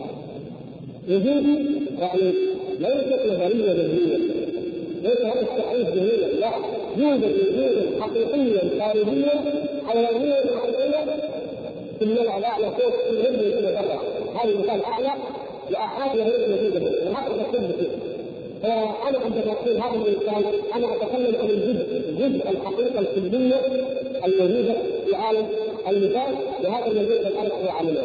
وجودي يعني ليست نظرية ذهنية ليس هذا التعريف ذهنيا لا يوجد وجودا حقيقيا خارجيا حيوانيا ناطقيا في الملأ الأعلى فوق العلم إلى برا. هذا المثال أعلى لأحد هي الموجودة وهذا كله فيه. فأنا عندما أقول هذا الإنسان أنا أتكلم عن الجزء الجزء الحقيقة الكلية الموجودة في عالم المثال وهذا الموجود في الأرض هو عالمنا.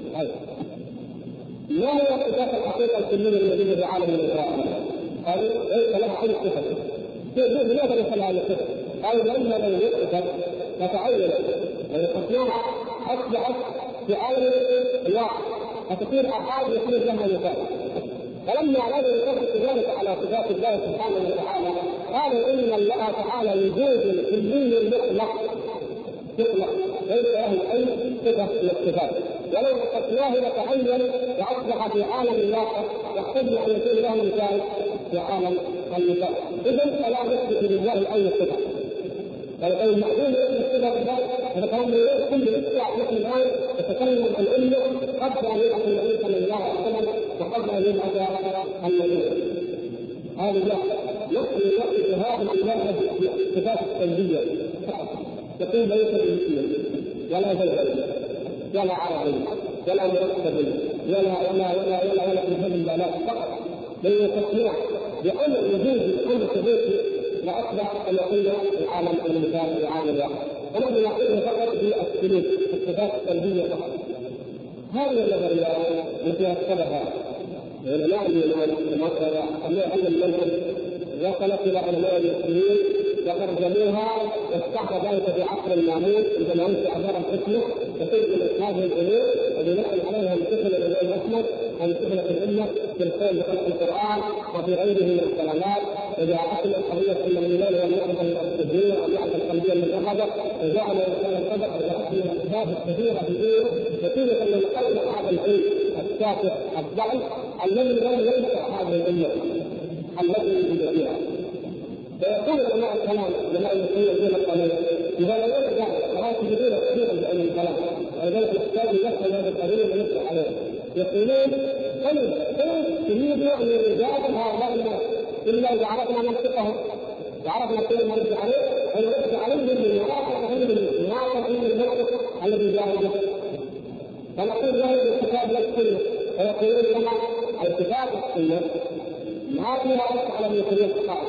ما هي صفات الحقيقة الكلية الموجودة في عالم المثال؟ قالوا ليس لها أي صفة. لماذا يصل على الصفة؟ قالوا لأنها لو وقفت تتعين ويقصناها أصبحت في عالم الواقع فتصير أحد يصير لها مثال. فلما أرادوا يثبتوا ذلك على صفات الله سبحانه وتعالى قالوا إن الله تعالى وجود كلي مطلق مطلق ليس له أي صفة من الصفات ولو قصناه لتعين وأصبح في عالم الواقع يحتاج أن يكون له مثال في عالم المثال. إذن فلا نثبت لله أي صفة. فلو المعلوم الصفة بالذات هذا كلام كل إسرع نحن الآن نتكلم عن علمه قبل أن يبعث النبي صلى الله عليه وسلم وقبل أن يبعث النبي. هذا لا نحن نأتي هذا الإله بالصفات السلبية تقول ليس بالمسلم ولا جلد ولا عربي ولا مرتب ولا ولا ولا ولا ولا في هذه البلاغ فقط بل يتصنع بأمر وجود أمر ثبوتي لأصبح كما قلنا العالم المثال في عالم الواقع. ونحن نقول فقط بالسلوك الصفات السلبية فقط. هذه النظريات التي أثبتها علماء المصرية سموها علم المنهج وصلت إلى علماء المسلمين وترجموها واستحدث ذلك في عصر المامون عندما انشأ دار الحكمة وسجل هذه العلوم وبناء عليها انتقل الى الاحمد وانتقلت الامه في القول بخلق القران وفي غيره من الكلامات وجاءت القضيه المؤمنين والمعرفه الصدقيه والمعرفه القلبيه المجرده وجعل الانسان القدر وجاءت من الاسباب الكثيره في دينه نتيجه من قلب هذا العلم الساطع الضعف الذي لم ينفع هذه الامه التي يوجد فيها. فيقول علماء الكلام علماء المسلمين دون القانون اذا لم يرجع فهذا تجدون كثيرا بعلم الكلام ولذلك يحتاج يدخل هذا القانون ويفتح عليه. يقولون طيب كيف تريد ان يجادل هؤلاء الناس الا اذا عرفنا منطقهم وعرفنا كيف نرد عليه ونرد عليه من يراقب علم يراقب علم المنطق الذي جاء به. فنقول له الكتاب والسنه ويقولون لنا الكتاب والسنه ما فيها رد على المسلمين فقط.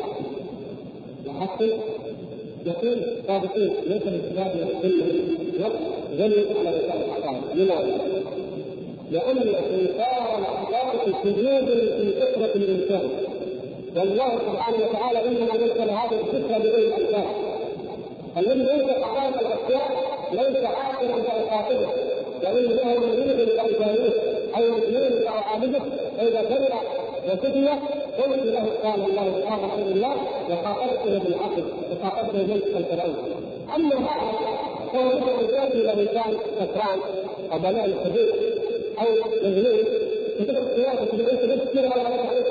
حتى يقول صادقين ليس بالكتاب والسنه غني على رسالة الحقائق. لماذا؟ لأن الإنكار الأحكام سجود في فطرة الإنسان، والله سبحانه وتعالى إنما نزل هذه الفكرة بأي الألباب. الذي ليس حقائق الأشياء ليس عاقلا كالقاطبة، وإن له مريض كالجاهل أو مجنون كعابده، فإذا كبر وفتي قلت له قال الله تعالى رسول الله وخاطبته بالعقل وخاطبته بيت الفرعون. أما هذا فهو مثل الإنسان الذي كان سكران أو بلاء الحدود أو مجنون فتبقى السياسة بالعيش بالسكر ولا لا تعيش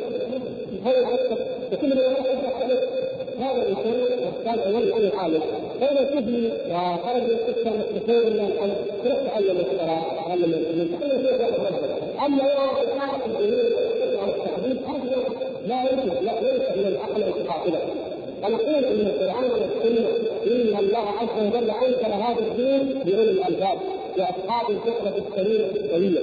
بالسكر فكل من يحدث هذا الإنسان يحتاج أول أن يعالج. فإذا تبني وخرج من القصة مستقيم من الحمد ترك تعلم الصلاة تعلم المسلمين كل شيء يحدث. أما يوم الإسلام الجميل والتعذيب هذا لا يمكن، لا ليس من العقل القاطبة. فنقول إن القرآن والسنة إن الله عز وجل أنزل هذا الدين بأولي الألباب لأصحاب الفطرة السليمة السوية.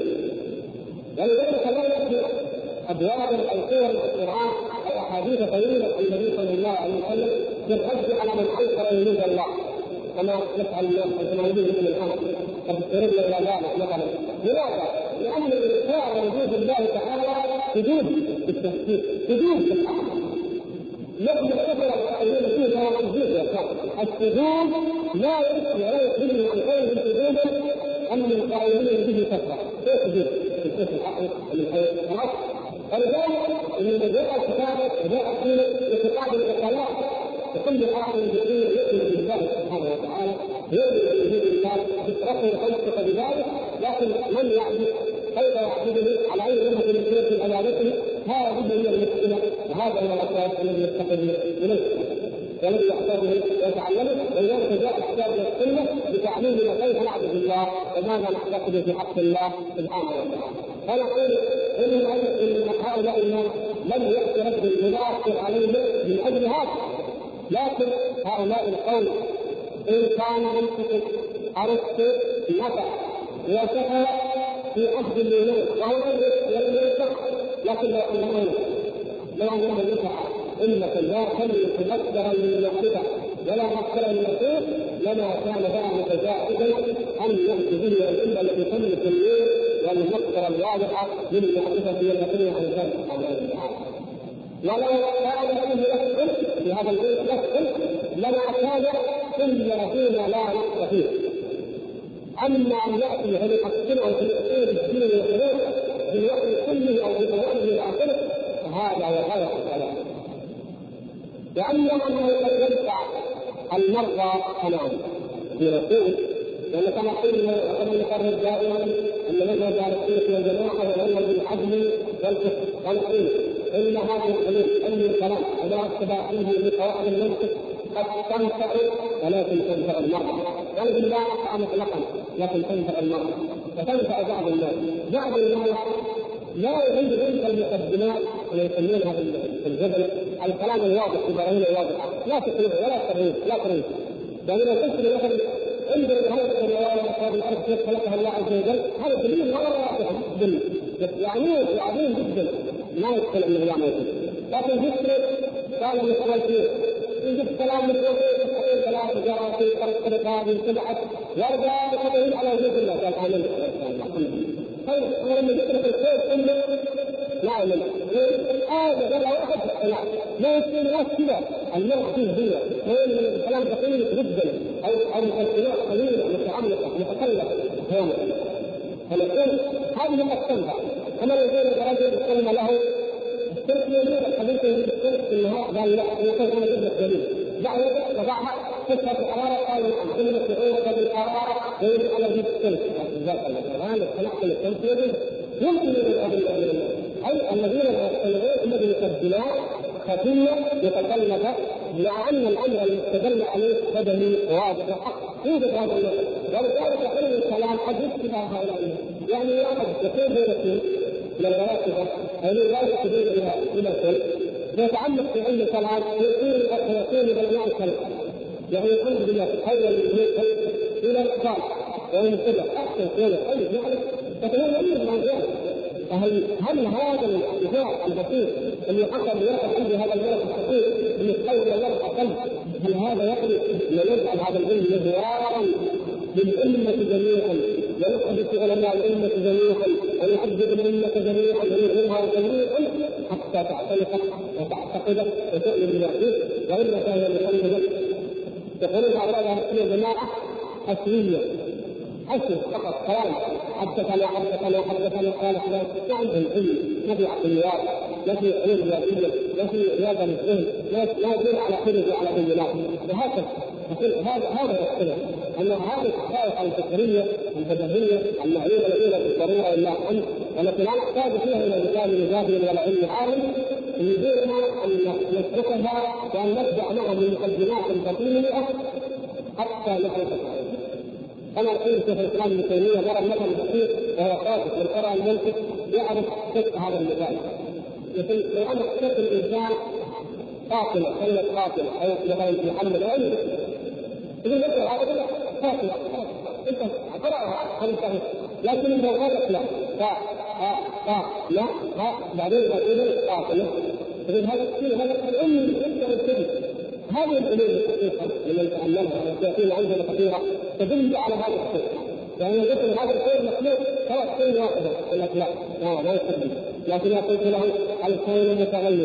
ولذلك لا يأتي أبواب أو صور القرآن أو أحاديث طويلة عن النبي صلى الله عليه وسلم في الرد على من أنكر وجود الله كما يفعل الناس الموجودين من الآن قد اضطربنا إلى ذلك مثلا. لماذا؟ لأن الإنكار وجود الله تعالى سجود بالتفكير، سجود بالعقل. لكن الفكرة القائلين فيه هو السجود يا اخوان. السجود لا يمكن ولا يخرج عن قول سجودا أن القائلين به كفر. كيف سجود؟ الشيخ الحق من خلاص. ولذلك من جاء الكتاب وجاء فيه اعتقاد العقلاء وكل احد يقول يؤمن بالله سبحانه وتعالى يؤمن به الانسان فطرته خلقت بذلك، لكن من يعبد كيف يعبده على اي منهج من سيره عبادته هذه هي المشكله، وهذا هو الاساس الذي يفتقد اليه والذي يحتاجه ويتعلمه. ولذلك جاء الكتاب والسنه بتعليمنا كيف نعبد الله وماذا نعتقد في حق الله سبحانه وتعالى. فنقول ان هؤلاء الناس لم يأتي رد يؤثر عليهم من اجل هذا، لكن هؤلاء القوم ان كان منطق ارسطو نفع وسهل في عهد اليونان وهو لم ينفع، لكن لو انه لو انه نفع امه لا تملك مصدرا للمعرفه ولا مصدرا للمسيح لما كان ذا متجاوزا ان ياتي به الامه التي تملك النور والمصدر الواضح للمعرفه اليقينيه عن الله سبحانه وتعالى. ولو كان له يفعل في هذا البيت يفعل لما كان الا فيما لا نقص فيه. اما ان ياتي فليحصله في الاصول الدين والحلول بالوحي كله او بالوحي الاخر فهذا هو غايه الكلام. لأن أنه قد ينفع المرضى تماما في رسول، لأن كما قلنا وكما نقرر دائما أن مذهب أهل السنة والجماعة هو مذهب العدل والفقه، ونقول إن هذه الحلول أي الكلام وما اتبع فيه بقواعد المنطق قد تنفع ولكن تنفع المرضى، ولكن لا نفع مطلقا لكن تنفع المرضى فتنفع بعض الناس. بعض الناس لا يريد تلك المقدمات ويسمونها في الجبل الكلام الواضح ببراهين واضحه، لا تقريب ولا تقريب لا تقريب. يعني لو قلت مثلا انظر الى هذه الروايه هذه الارض كيف خلقها الله عز وجل، هذا دليل مره واضح جدا يعني عظيم جدا ما يدخل انه يعمل كذا. لكن ذكر قال مثلا فيه يجب كلام متوقع في كلام تجاره في طريق هذه سمعت وارجع بقدره على وجود الله قال امين. طيب ولما ذكر في الخير انه لا يمنع هذا قال واحد لا لا يصير ناس كذا المرء فيه هي وين من الكلام دقيق جدا او او مقدمات قليله متعمقه متكلفه هنا. فنقول هذه التنفع كما يقول الرجل يتكلم له الشرك يقول حديثه بالشرك في النهار قال لا يقول انا جبت دليل دعوه وضعها تشهد الحراره قال نعم كلمه شعور بالحراره ويجب على جبت الشرك ذاك الكلام خلقت الشرك يجب يمكن الأدلة أي الذين يستمعون الذي يقدمات خفية يتكلم مع أن الأمر المستدل عليه بدني واضح وحق يوجد هذا النوع. ولذلك علم الكلام قد يشبه هؤلاء يعني واحد يقول بين اثنين من الفلاسفة أو لا يقصدون إلى إلى كل يتعمق في علم الكلام ويقول ويقول بالمعنى الكلام يعني الحمد لله تحول إلى الإقبال وينقل أحسن شيء طيب يعني فتكون أمر موضوع. فهل هل هذا النزاع البسيط اللي حصل لواحد عنده هذا المرض الخطير من القول والله أقل هل هذا يقضي أن يجعل هذا العلم مهوارا للأمة جميعا ويحدث علماء الأمة جميعا ويحدث الأمة جميعا ويظهرها جميعا حتى تعتنق وتعتقد وتؤمن بما فيه، وإلا فهي محمد تقولون على هذه الجماعة حسوية حسن فقط كلام حدثنا حدثنا حدثنا قال فلان ما عندهم علم، ما في عقليات، ما في علوم ذاتية، ما في رياضة للذهن، ما يدل على حدث وعلى بينات، وهكذا هذا هذا يختلف أن هذه الحقائق الفكرية البدهية المعلومة الأولى بالضرورة إلا أن ولكن لا نحتاج فيها إلى مثال مجادل ولا علم عالم، يمكننا أن نتركها وأن نبدأ معها من مقدمات بطيئة حتى نعرف كما يقول شيخ الإسلام ابن تيمية ضرب مثل بسيط وهو خاطئ من قرأ المنطق يعرف فقه هذا المثال. يقول لو أن فقه الإنسان قاتل كلمة قاتل أو مثلا محمد أو أي يقول لك هذا قاتل أنت قرأها خمسة لكن إذا غلط لا ف ف لا ها بعدين يقول قاتل يقول هذا كثير هذا الأم أنت مبتدئ. هذه العلوم الحقيقة لمن تعلمها وتأتينا عندنا كثيرة تدل على هذا الشيء، يعني يقول هذا الشيء مخلوق سواء شيء واحد يقول لك لا لا لا يقبل، لكن يقول له الكون متغير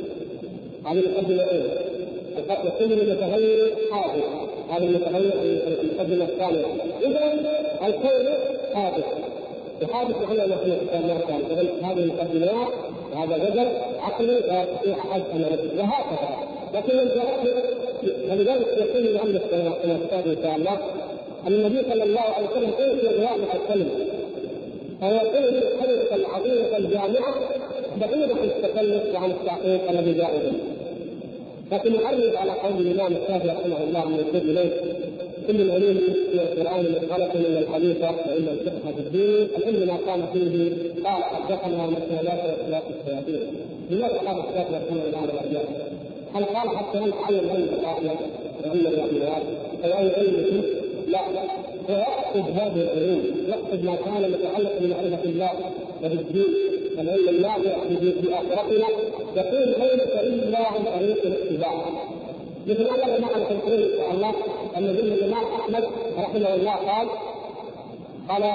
هذه المقدمة الأولى، الكون المتغير حادث هذا المتغير المقدمة الثانية، إذا الكون حادث يحادث على مخلوق كما كان، هذه المقدمات وهذا جدل عقلي لا يستطيع أحد أن يرد وهكذا. لكن ولذلك يقول المؤلف كما استاذ ان شاء الله ان النبي صلى الله عليه وسلم اوتي جوامع الكلم، فيقول الكلمه العظيمه الجامعه بعيده التكلف عن التعقيد الذي جاء به. لكن يعرض على قول الامام الشافعي رحمه الله من يقول اليه كل العلوم من القران منطلق من الحديث والا الفقه في الدين، العلم ما كان فيه قال حدثنا مسالات واخلاق الشياطين. لماذا قال الشافعي رحمه الله على هل قال حتى نتعلم علم العقل وعلم العقليات او علم لا لا هو يقصد هذه العلوم، يقصد ما كان متعلق بمعرفه الله وبالدين والعلم النافع في اخرتنا، يقول ليس الا عن طريق الاتباع. مثل هذا المعنى في القران ان شاء الله ان الامام احمد رحمه الله قال قال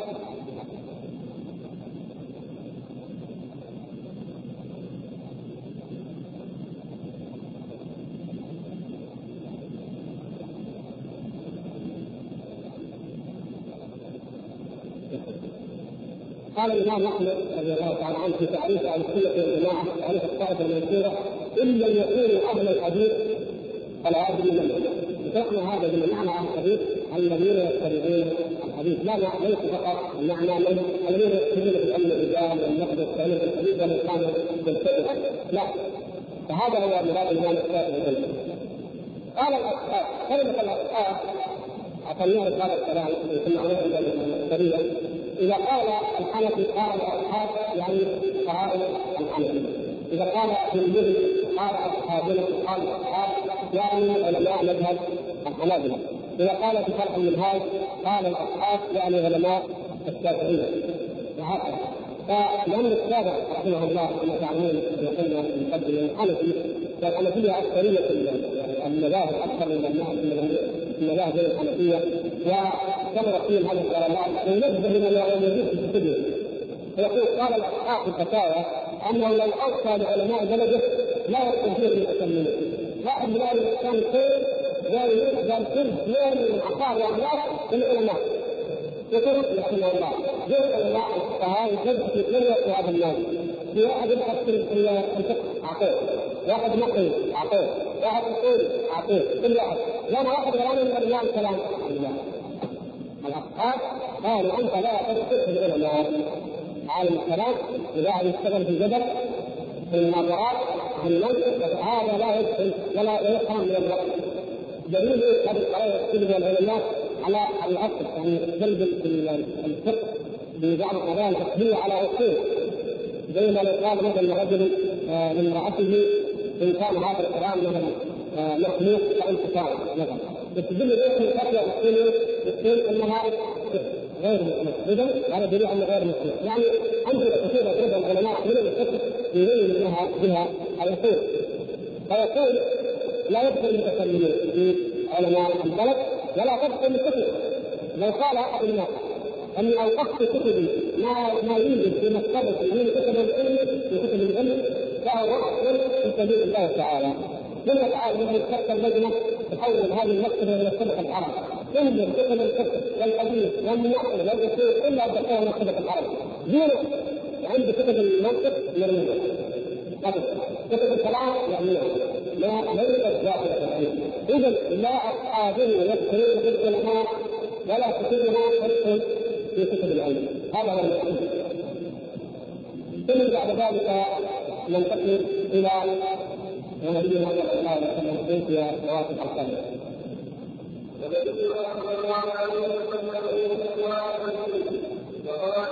قال الإمام أحمد رضي الله تعالى عنه في تعريف أهل السنة والجماعة تعريف الطائفة المنصورة إن لم يكونوا أهل الحديث فلا يعبد من فقنا هذا بمعنى أهل الحديث الذين يتبعون الحديث، لا ليس فقط المعنى من الذين يتبعون في علم الرجال والنقد والتعليم في الحديث ومن كانوا يتبعون، لا، فهذا هو مراد الإمام الشافعي. قال الأصحاب كلمة الأصحاب أعطيناه هذا الكلام ثم عرفنا السريع. إذا قال الحنفي قال أصحاب يعني فقهاء الحنفي، إذا قال المذهب قال أصحابنا قال أصحاب يعني علماء مذهب الحنابلة، إذا قال في شرح المنهاج قال الأصحاب يعني علماء الشافعية، وهكذا. فلأن السابع رحمه الله كما تعلمون وقلنا من قبل الحنفي فالحنفية أكثرية المذاهب أكثر من المذاهب الحنفية، وكما يقول هذا العلماء ينبه لما يوجد في السجن، فيقول قال الأصحاب في الفتاوى أنه لو أوصى لعلماء بلده لا يكون فيه من أسلمين. واحد من أهل الإسلام الخير قال قال كل يوم من عقار وأخلاق للعلماء، يقول رحمه الله جاء العلماء الفقهاء يجب في كل هذا الناس، في واحد يبحث في الفقه عقيد، واحد نقل عقيد، واحد يقول عقيد، كل واحد لأن واحد غيران من العلماء الكلام الأصحاب قالوا أنت لا تدخل في العلماء عالم الكلام إذا يشتغل في جبل في المناظرات في المنطق هذا لا يدخل ولا يفهم من الوقت. دليل هذه القضايا يختلف العلماء على الأصل، يعني جلب الفقه ببعض القضايا الفقهية على أصول، زي ما لو قال مثلا رجل لامرأته إن كان هذا الكلام مثلا مخلوق فأنت كان مثلا يستدل ليش من فتوى أصولي يقول أنها غير مخلوق، إذن هذا دليل أنه غير مخلوق. يعني أنت كثير يضرب العلماء من الفقه يبين لها بها الأصول، فيقول لا يدخل المتكلمين في علماء البلد ولا تدخل الفقه. لو قال أحد الناس أني أوقفت كتبي ما ما يوجد في مكتبتي من كتب العلم في كتب العلم له وقف في سبيل الله تعالى. ثم تعالى من تشكل لجنة تحول هذه المكتبة إلى مكتبة العرب، تهدر كتب الفقه والحديث والنحو والأصول إلا تكون مكتبة العرب. دونه عند كتب المنطق يرميها، كتب الكلام يرميها، لا ليست ذات العلم. إذا لا أصحابه يذكرون بالعلماء ولا كتبها تدخل في كتب العلم. هذا هو المقصود. ثم بعد ذلك ننتقل إلى ونبينا صلى الله عليه وسلم في مواقف الخير. ونبينا صلى الله عليه وسلم وقال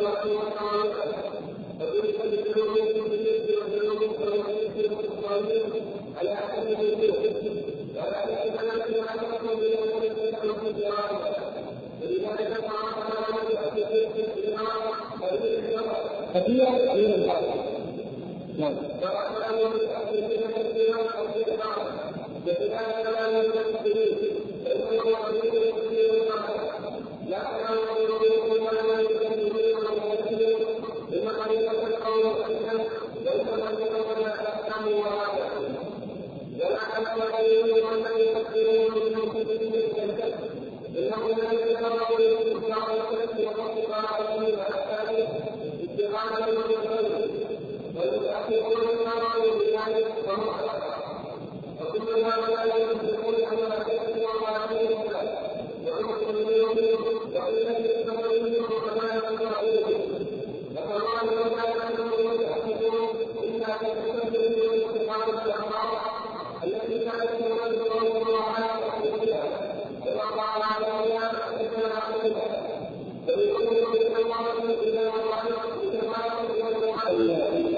فكيف بالعلوم بالنسبة للعلوم والحديث والصالحين على حسب الوجوه ولكن أنا في علاقة بالأمور التي تدعى ولذلك تعالى يأتي في الاجتماع كثيرا كثيرا الحركة. نعم. وأنا متأكد من الاجتماع أو الاجتماع بخلاف كلام المسلمين فإنه عظيم كثير لا يعلمون ولا يكذبون ويكذبون بما علمت القول والحكمة ويتمنون ولا تحكموا وراءه ولا تتبعون ولا يفكرون بالمسلمين كالكذب إنه لا يتبعون يكذب على الكذب ويصدق على الكذب الثاني اتباعا للرسول ويتأخرون ما رأوا بذلك وهم وكل ما لا يصدقون على الكذب وما عليهم وإليه يتبعون وما يتبعون وكما لو كانوا يتحدثون إلا كتبهم واستقامة الأمراض التي كانت تنزل الله على رسولها ووقع على أولياء حدثنا عليها فيقولون بالأمراض إلى الله بكمال والمعلم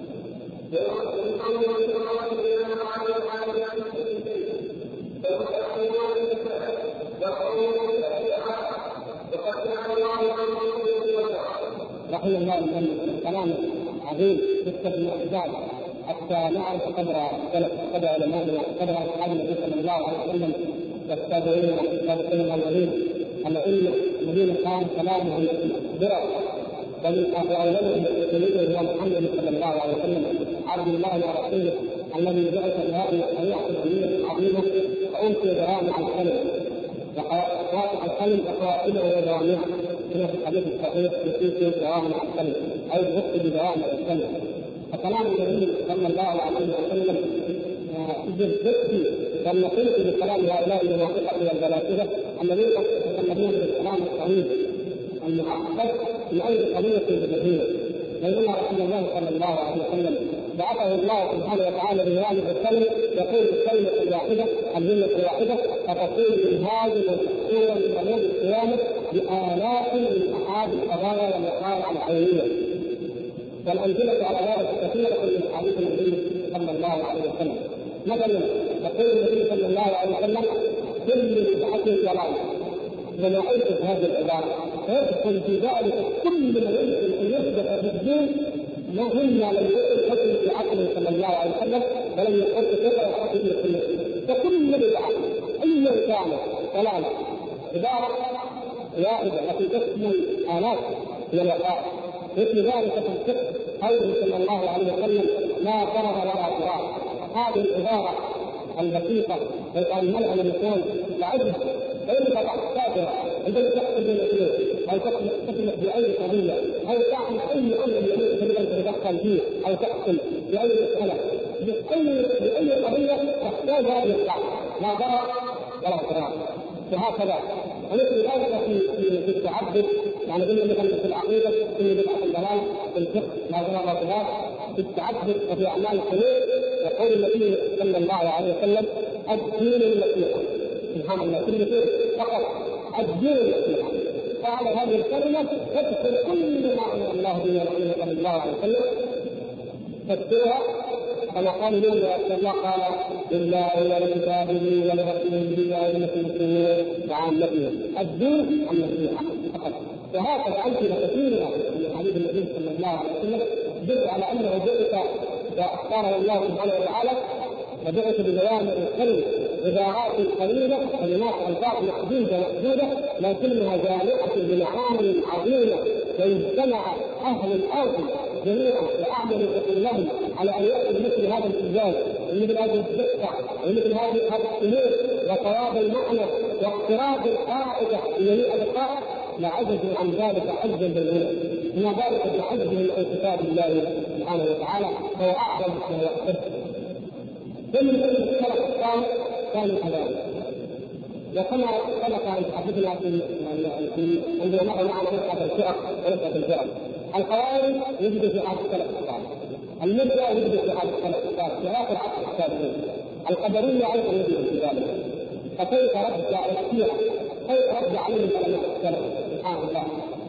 ويقولون بالأمراض إلى الله على كل شيء فيقولون بالسحر يقولون بالأشياء وقد كان الله يقول رحمه الله من كلام عظيم في المعجزات حتى نعرف قدر قدر علمائنا قدر اصحاب النبي صلى الله عليه وسلم والتابعين والتابعين الذين العلم الذين كان كلامهم درر بل اولهم سيده هو محمد صلى الله عليه وسلم عبد الله ورسوله الذي بعث بهذه الحياه العلميه العظيمه وانشئ جوامع الكلم وقواطع الكلم وقواعده ودوامعه كما في الحديث الصحيح يقول جوامع الكلم او الوقت بجوامع الكلم. فكلام النبي صلى الله عليه وسلم بالذكر فلنقل بكلام هؤلاء المناطق والبلاغه الذين يتكلمون بالكلام الطويل المعقد في اي قضيه بديهيه. بينما رسول الله صلى الله عليه وسلم بعثه الله سبحانه وتعالى بهذه الكلمه يقول الكلمه الواحده الجمله الواحده فتكون منهاجا وتحصيلا من يوم القيامه بالاف من احاد القضايا والوقائع العينيه. والأمثلة على هذا كثيرة من حديث النبي صلى الله عليه وسلم. مثلا يقول النبي صلى الله عليه وسلم كل بدعة ضلالة. لما أوصف هذه العبارة ويدخل في ذلك كل من يمكن أن يصدق في الدين ما هم لم يكن حكم في عقله صلى الله عليه وسلم ولم يكن كفر حكم في السنة. فكل بدعة أي كانت ضلالة عبارة واحدة التي تشمل آلاف من الوقائع. مثل ذلك في الفقه قوله صلى الله عليه وسلم لا ضرر ولا ضرار. هذه العبارة البسيطة الملأ من يكون لعجز فإنك تحتاجها عندما تحصل بالاثنين أو تطلق بأي قضية أو تعمل أي أمر يريد تريد أن تتدخل فيه أو تحصل بأي مسألة بأي بأي قضية تحتاج هذه القاعدة لا ضرر ولا ضرار. وهكذا ومثل ذلك في في التعبد يعني قلنا مثلا في العقيدة في بدعة الضلال في الفقه لا ضرر ولا ضرار. في التعبد وفي أعمال القلوب يقول النبي صلى الله عليه وسلم الدين النصيحة. سبحان الله كل شيء فقط الدين النصيحة. فعلى هذه الكلمة تدخل كل ما أمر الله به ورسوله صلى الله عليه وسلم تذكرها كما قال لهم بأن الله قال لله ولكتابه ولرسوله وللمسلمين وعامته الدين النصيحة فقط. وهكذا أمثلة كثيرة من حديث النبي صلى الله عليه وسلم تدل على أنه بعث واختاره الله سبحانه وتعالى وبعث بجوامع الكلم عبارات قليله كلمات الفاظ محدوده محدوده لكنها جامعه بمعاني عظيمه. ويجتمع اهل الارض جميعا واعملوا لهم على ان ياتوا مثل هذا الانجاز ومثل هذه الدقه ومثل هذه السلوك وصواب المعنى واقتراب القاعده جميع القاعده لعجزوا عن ذلك عجزا بالغنى. وما ذلك بعجزهم عن كتاب الله سبحانه وتعالى هو اعظم ما يقتضي. ثم السلف الثاني كانوا كذلك. وكما سبق ان تحدثنا في عندما نحن معنا مساله الفرق وليست الفرق. الخوارج يوجد في عهد السلف الثالث، المرجئه يوجد في عهد السلف الثالث في اخر عصر التابعين، القدريه ايضا يوجد في ذلك. فكيف رد الشيعه؟ كيف رد عليهم علماء السلف؟ سبحان الله.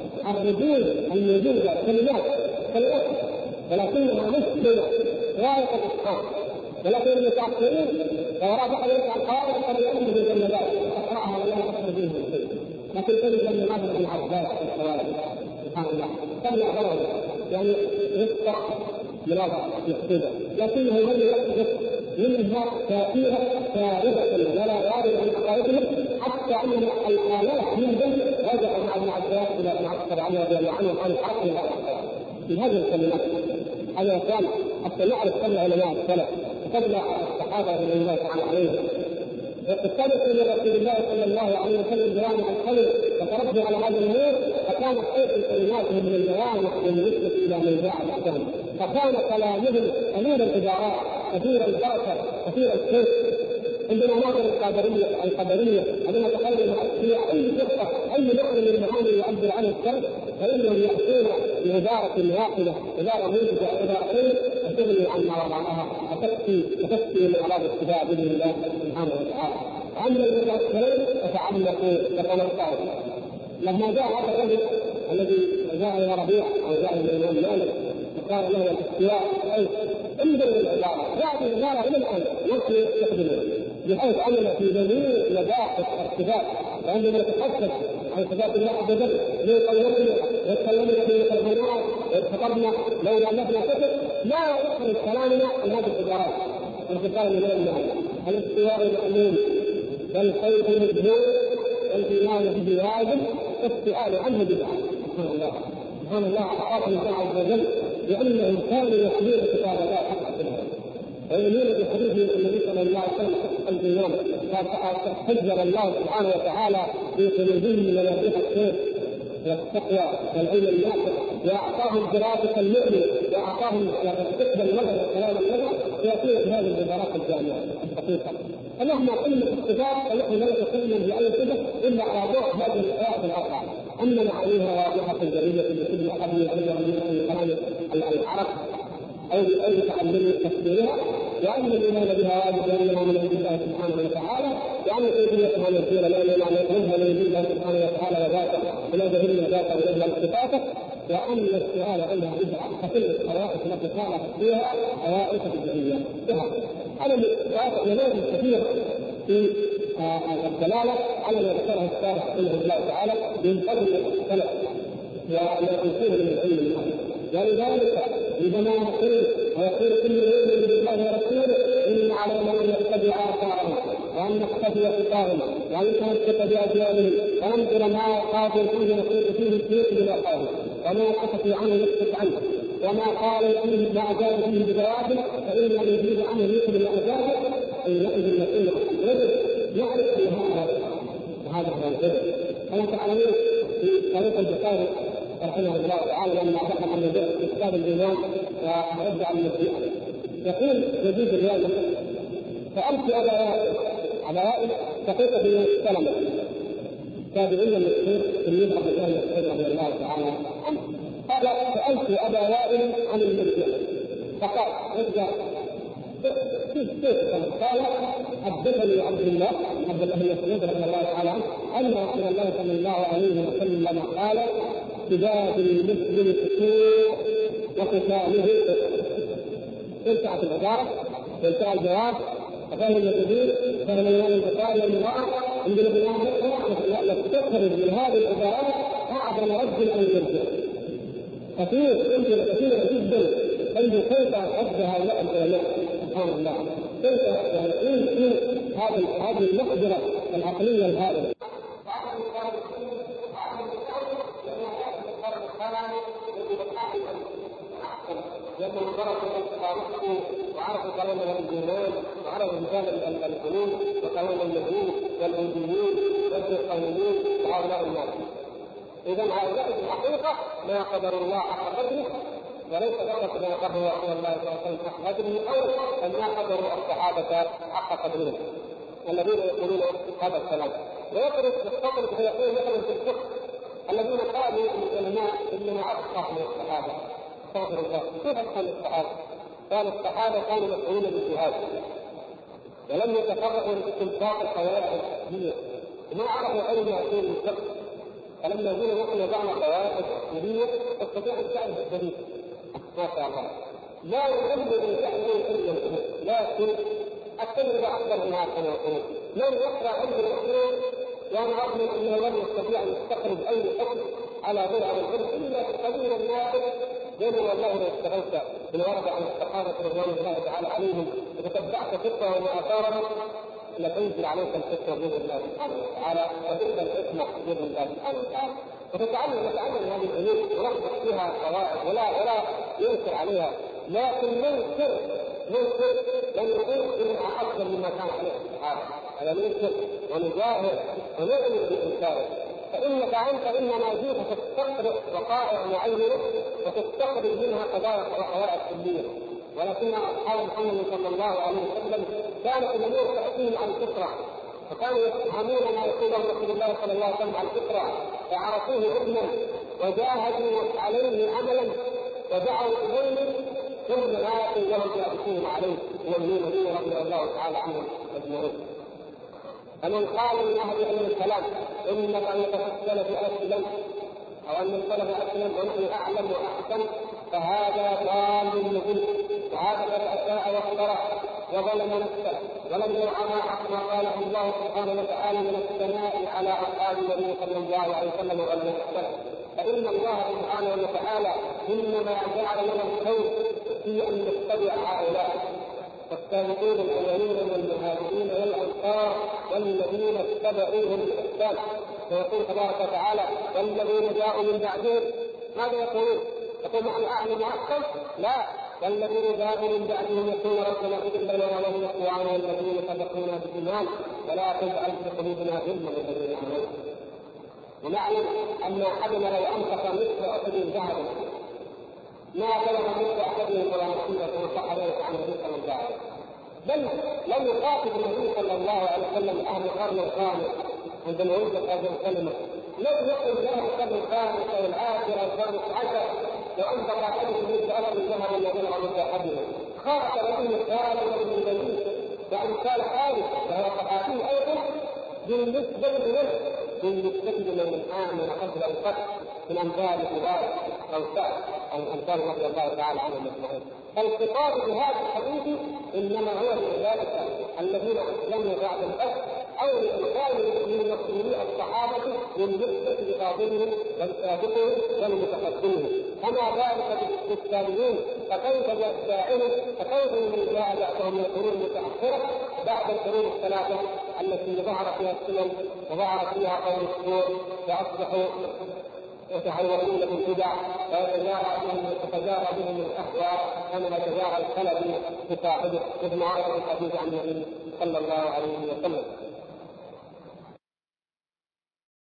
الردود الموجوده كلمات كلمات ولكنها مسلمه غايه الاتقان، ولكن المتاخرين وراء بعض القواعد قد يؤمنوا بالجنبات تقراها ولا تقرا فيهم شيء، لكن تجد ان هذا من عباد الخوارج سبحان الله تبلغ غلط يعني يفتح مناظره يحسبها، لكنه لم يحدث منها تاثيرا فارغه ولا يعرض عن عقائدهم، حتى ان الالاف منهم رجعوا مع ابن عباس الى ابن عباس علي رضي الله عنه عن الحق في هذه الكلمات. هذا كان حتى نعرف قبل علماء السلف وقبل الصحابه رضي الله تعالى عليهم اقتبسوا من رسول الله صلى الله عليه وسلم جوامع الكلم وتربوا على هذا النور، فكان خير كلماتهم من الجوامع بالنسبه الى من جاء بعدهم، فكان كلامهم قليل العبارات كثير البركه كثير الخير. عندما نظر القدريه القدريه عندما تكلم في اي فرقه اي نوع من المعاني يعبر عنه السلف فانهم ياتون بعباره واحده عباره موجزه عباره خير وتغني عما وضعها وتكفي وتكفي من اراد الاتباع باذن الله سبحانه وتعالى. عند المتاخرين فتعمقوا وتنقوا. لما جاء هذا الرجل الذي جاء الى ربيع او جاء الى الامام مالك وقال له الاستواء اي انظر للعباره، هذه العباره الى الان نحن نستخدمها بحيث عمل في جميع مباحث الارتباط. وعندما نتحدث عن صفات الله عز وجل لقولنا وتكلمنا في الحوارات وخطبنا لو لمسنا كتب لا يخرج كلامنا عن هذه العبارات. وقال الامام مالك الاستواء معلوم والخير مجهول والايمان به واجب والسؤال عنه بدعه. سبحان الله سبحان الله اعطاكم الله عز وجل لانهم كانوا يحملون كتاب الله حق كتابه ويؤمنون بحديث النبي صلى الله عليه وسلم حق الايمان. فحجر الله سبحانه وتعالى في قلوبهم من مفاتيح الخير والتقوى والعلم النافع، واعطاهم دراسه المؤمن واعطاهم فقه النظر وكلام النظر ويكون في هذه العبارات الجامعه الدقيقه. فمهما قلنا في الصفات فنحن لا نتكلم باي صفه الا على ضوء هذه الايات الاربعه، اما معانيها واضحه جليه لكل احد يعلمها من كلام العرب او باي تعلم تفسيرها، وان الايمان بها واجب لانها من عند الله سبحانه وتعالى، وان كيفيتها مسيره لانها منها من عند الله سبحانه وتعالى وذاته ولا جهلنا ذاته وجهل صفاته، وان السؤال عنها بدعه فكل الطوائف التي قالت فيها طوائف بدعيه. هذا نماذج كثيره في الدلاله على ما ذكره الشارح رحمه الله تعالى من فضل السلف وما يكون من العلم النافع. ولذلك عندما يقول ويقول كل يؤمن بالله ورسوله ان علينا ان نتبع اثارهم وان نقتدي خطاهم وان نتمسك باجيالهم وننظر ما قاتل فيه نقول فيه السيف بالاقوال وما قصد عنه نسكت عنه وما قال فيه ما اجاب فيه بجواب فان من يريد عنه يكتب الاجابه حينئذ نقول رجل يعرف ان هذا وهذا هو الرجل. كما تعلمون في طريق البخاري رحمه الله تعالى لما حكم عن كتاب الايمان ورد عن المسيح يقول يجوز الرياض سالت ابا وائل ابا وائل شقيق بن سلمه تابعين المشهور تلميذ عبد الله بن مسعود رضي الله تعالى عنه قال سالت ابا وائل عن المسيح فقال رجع قال حدثني عبد الله عبد الله بن مسعود رضي الله تعالى عنه ان رسول الله صلى الله عليه وسلم قال سباب المسلم فسوق وقتاله انتهت العباره وانتهى الجواب وفهم الجديد فهم الامام البخاري والمراء عند الامام البخاري تخرج من هذه العبارات اعظم رد ان يرجع كثير يمكن كثيرا جدا انه كيف رد هؤلاء العلماء سبحان الله كيف يمكن هذا هذه المقدرة العقلية الهائلة. لأنه درسوا تاريخه وعرفوا كلام الجنون وعرفوا مثال الحلول وكلام اليهود والهنديين والبريطانيين وهؤلاء الناس. إذا هؤلاء في الحقيقة ما قدر الله حق قدره، وليس فقط ما قدر رسول الله صلى الله عليه وسلم حق قدره أو أن ما قدروا الصحابة حق قدرهم الذين يقولون هذا الكلام. ويقرأ يستطرد فيقول مثلا في الفقه الذين قالوا العلماء إنما أفقه من الصحابة. استغفر الله، كيف أفقه من الصحابة؟ قال الصحابة كانوا مسؤولين بالجهاد ولم يتفرغوا لاستنباط القواعد الفقهية وما عرفوا علم أصول الفقه، فلما يقولوا نحن وضعنا قواعد أصولية تستطيع أن تعرف الدليل. ما شاء الله، لا يؤمن بالتحليل إلا الأمور، لكن التجربة أكبر منها كما يقولون. من يقرأ علم الأصول وأنا أظن أنه لم يستطيع أن يستخرج أي حكم على غير هذا العلم إلا القليل النادر. لأن والله لو اشتغلت بالورد عن الصحابة رضوان الله تعالى عليهم وتتبعت فقههم وآثارهم لتنزل عليك الفقه بإذن الله على وتبقى الحكمة بإذن الله تعالى، وتتعلم تتعلم هذه العلوم وربط فيها قواعد ولا ولا ينكر عليها، لكن ننكر ننكر لن يكون إنها أفضل مما كان عليه الصحابة. هذا ننكر ونجاهر ونؤمن بإنكاره، فإنك أنت إنما جئت تستقرئ وقائع معينة وتستخرج منها قضايا وقواعد كلية، ولكن أصحاب محمد صلى الله عليه وسلم كانت الأمور تأتيهم عن الفطرة، فكانوا يفهمون ما يقوله رسول الله صلى الله عليه وسلم عن الفطرة فعرفوه علما وجاهدوا عليه عملا ودعوا إليه ثم آتوا لهم يأتون عليه ويؤمنون به رضي الله تعالى عنهم أجمعين. فمن قال من أهل علم الكلام إنك أن تفصل في أسلم أو أن السلف أسلم ونحن أعلم وأحسن فهذا ضال مضل، وهذا قد أساء واخترع وظلم نفسه ولم يرعى ما قاله الله سبحانه وتعالى من الثناء على أصحاب النبي صلى الله عليه وسلم وعلى السلف. فإن الله سبحانه وتعالى إنما جعل لنا الخير في أن نتبع هؤلاء والسابقين الأولين والمهاجرين والأنصار والذين اتبعوهم بإحسان. ويقول تبارك وتعالى والذين جاءوا من بعدهم ماذا يقولون؟ يقول نحن أعلم وأحسن؟ لا، والذين جاءوا من بعدهم يقول ربنا اغفر لنا ولإخواننا الذين سبقونا بالإيمان ولا تجعل في قلوبنا غلا للذين آمنوا. ونعلم أن أحدنا لو أنفق مثل أحد ذهبا ما بلغ مثل أحدهم ولا نصيبه كما صح ذلك عن النبي صلى الله عليه وسلم، بل لم يخاطب النبي صلى الله عليه وسلم أهل القرن الخامس عندما وجدت هذه الكلمة، لم يقل له القرن الخامس أو العاشر أو الخامس عشر لو أنفق أحدهم مثل أحد الذهب الذي بلغ مثل أحدهم. خاطب النبي قال من النبي وأمثال حارث وهو صحابي أيضا بالنسبة له بالنسبة لمن آمن قبل الفتح من أمثال كبار أو سعد أو أمثال رضي الله تعالى عنهم أجمعين. فالخطاب بهذا الحديث إنما هو لذلك الذين أسلموا بعد الفتح أو لإنقاذ من مسؤولي الصحابة من نسبة لفاضلهم والسابقين والمتقدمين، كما ذلك بالتابعين. فكيف بالسائل فكيف من جاء بعدهم من القرون المتأخرة بعد القرون الثلاثة التي ظهر فيها السنن وظهر فيها قول السور فأصبحوا يتحولون بالبدع ويتجارى بهم الأهواء كما يتجارى الخلل بصاحبه، مثل ما عرف الحديث عن النبي صلى الله عليه وسلم.